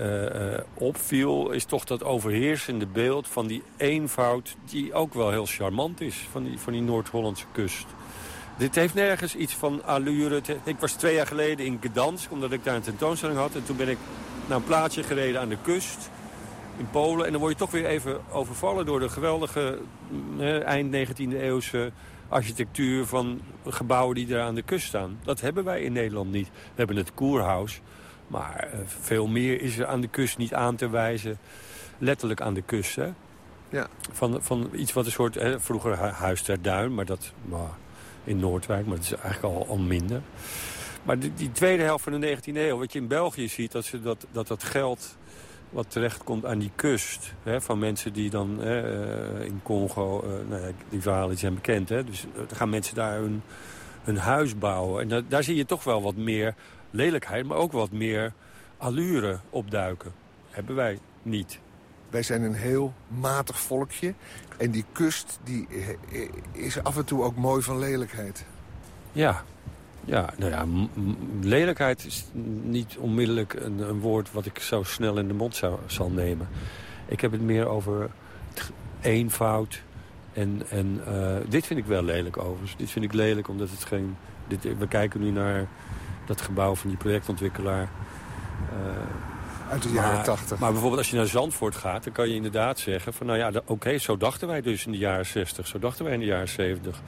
opviel is toch dat overheersende beeld van die eenvoud die ook wel heel charmant is van die Noord-Hollandse kust. Dit heeft nergens iets van allure. Ik was 2 jaar geleden in Gdansk, omdat ik daar een tentoonstelling had. En toen ben ik naar een plaatsje gereden aan de kust in Polen. En dan word je toch weer even overvallen door de geweldige eind 19e eeuwse architectuur van gebouwen die daar aan de kust staan. Dat hebben wij in Nederland niet. We hebben het Kurhaus. Maar veel meer is er aan de kust niet aan te wijzen. Letterlijk aan de kust, hè? Ja. Van iets wat een soort... vroeger Huis ter Duin, maar dat... in Noordwijk, maar dat is eigenlijk al minder. Maar die tweede helft van de 19e eeuw... wat je in België ziet, dat geld wat terechtkomt aan die kust... van mensen die dan in Congo... die verhalen zijn bekend, hè? Dus dan gaan mensen daar hun huis bouwen. En daar zie je toch wel wat meer lelijkheid... maar ook wat meer allure opduiken. Hebben wij niet. Wij zijn een heel matig volkje. En die kust die is af en toe ook mooi van lelijkheid. Ja, nou ja, lelijkheid is niet onmiddellijk een woord wat ik zo snel in de mond zal nemen. Ik heb het meer over eenvoud. En dit vind ik wel lelijk overigens. Dit vind ik lelijk omdat het geen... we kijken nu naar dat gebouw van die projectontwikkelaar... uit de jaren 80. Maar bijvoorbeeld als je naar Zandvoort gaat... dan kan je inderdaad zeggen van... nou ja, oké, zo dachten wij dus in de jaren 60. Zo dachten wij in de jaren 70.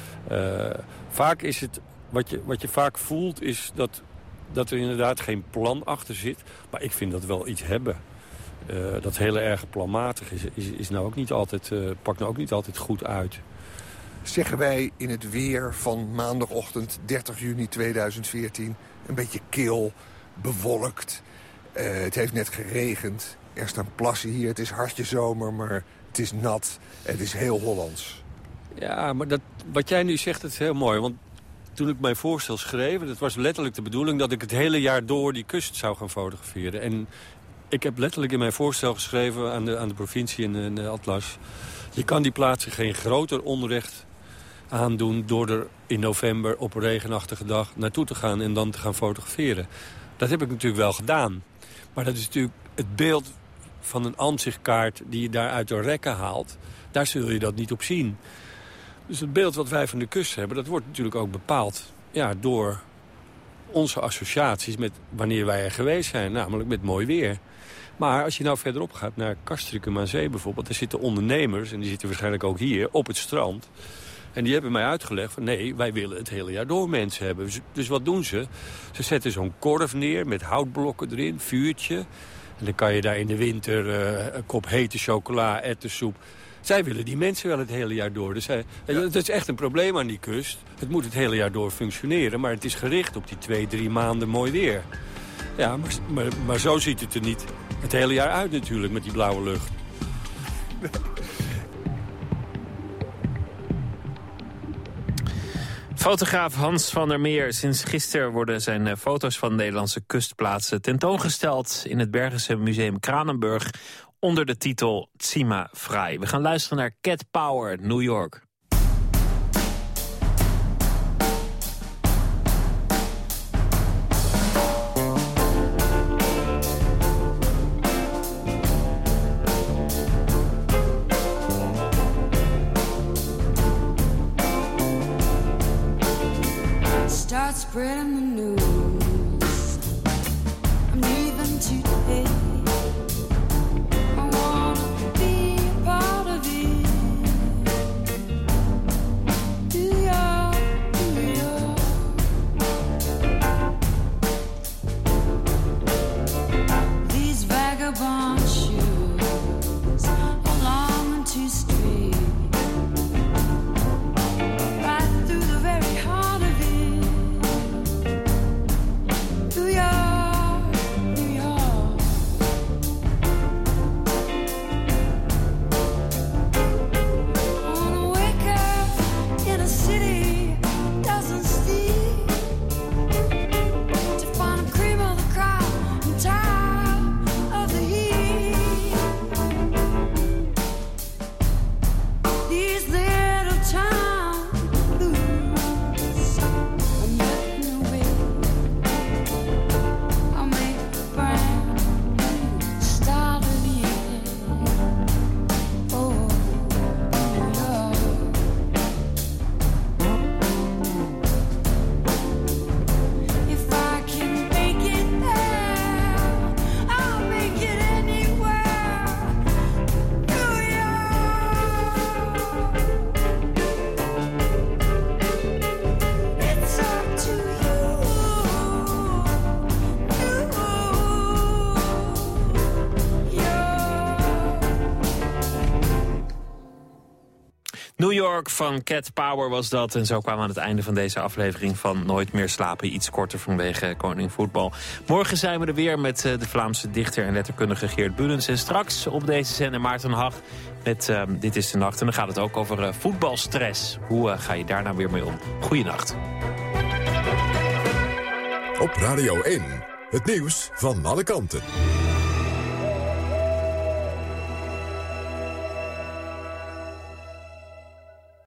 Vaak is het... Wat je vaak voelt is dat er inderdaad geen plan achter zit. Maar ik vind dat wel iets hebben. Dat hele erg planmatig is nou ook niet altijd, pakt nou ook niet altijd goed uit. Zeggen wij in het weer van maandagochtend 30 juni 2014... een beetje kil, bewolkt... het heeft net geregend. Er staan plassen hier. Het is hartje zomer, maar het is nat. Het is heel Hollands. Ja, maar wat jij nu zegt, dat is heel mooi. Want toen ik mijn voorstel schreef... dat was letterlijk de bedoeling dat ik het hele jaar door die kust zou gaan fotograferen. En ik heb letterlijk in mijn voorstel geschreven aan de provincie en de Atlas... je kan die plaatsen geen groter onrecht aandoen... door er in november op een regenachtige dag naartoe te gaan... en dan te gaan fotograferen. Dat heb ik natuurlijk wel gedaan. Maar dat is natuurlijk het beeld van een ansichtkaart die je daar uit de rekken haalt. Daar zul je dat niet op zien. Dus het beeld wat wij van de kust hebben, dat wordt natuurlijk ook bepaald door onze associaties met wanneer wij er geweest zijn. Namelijk met mooi weer. Maar als je nou verderop gaat naar Castricum aan Zee bijvoorbeeld, daar zitten ondernemers, en die zitten waarschijnlijk ook hier, op het strand. En die hebben mij uitgelegd van nee, wij willen het hele jaar door mensen hebben. Dus wat doen ze? Ze zetten zo'n korf neer met houtblokken erin, vuurtje. En dan kan je daar in de winter een kop hete chocola, erwtensoep. Zij willen die mensen wel het hele jaar door. Dus dat is echt een probleem aan die kust. Het moet het hele jaar door functioneren, maar het is gericht op die 2-3 maanden mooi weer. Ja, maar zo ziet het er niet het hele jaar uit natuurlijk met die blauwe lucht. Fotograaf Hans van der Meer. Sinds gisteren worden zijn foto's van Nederlandse kustplaatsen tentoongesteld in het Bergense Museum Kranenburg onder de titel Zima Frei. We gaan luisteren naar Cat Power, New York. Start spreading the news. I'm leaving today. I wanna be a part of it. Do your New York van Cat Power was dat. En zo kwamen we aan het einde van deze aflevering van Nooit meer slapen. Iets korter vanwege Koning Voetbal. Morgen zijn we er weer met de Vlaamse dichter en letterkundige Geert Bullens. En straks op deze zender Maarten Hag met Dit is de Nacht. En dan gaat het ook over voetbalstress. Hoe ga je daar nou weer mee om? Goeienacht. Op Radio 1, het nieuws van alle kanten.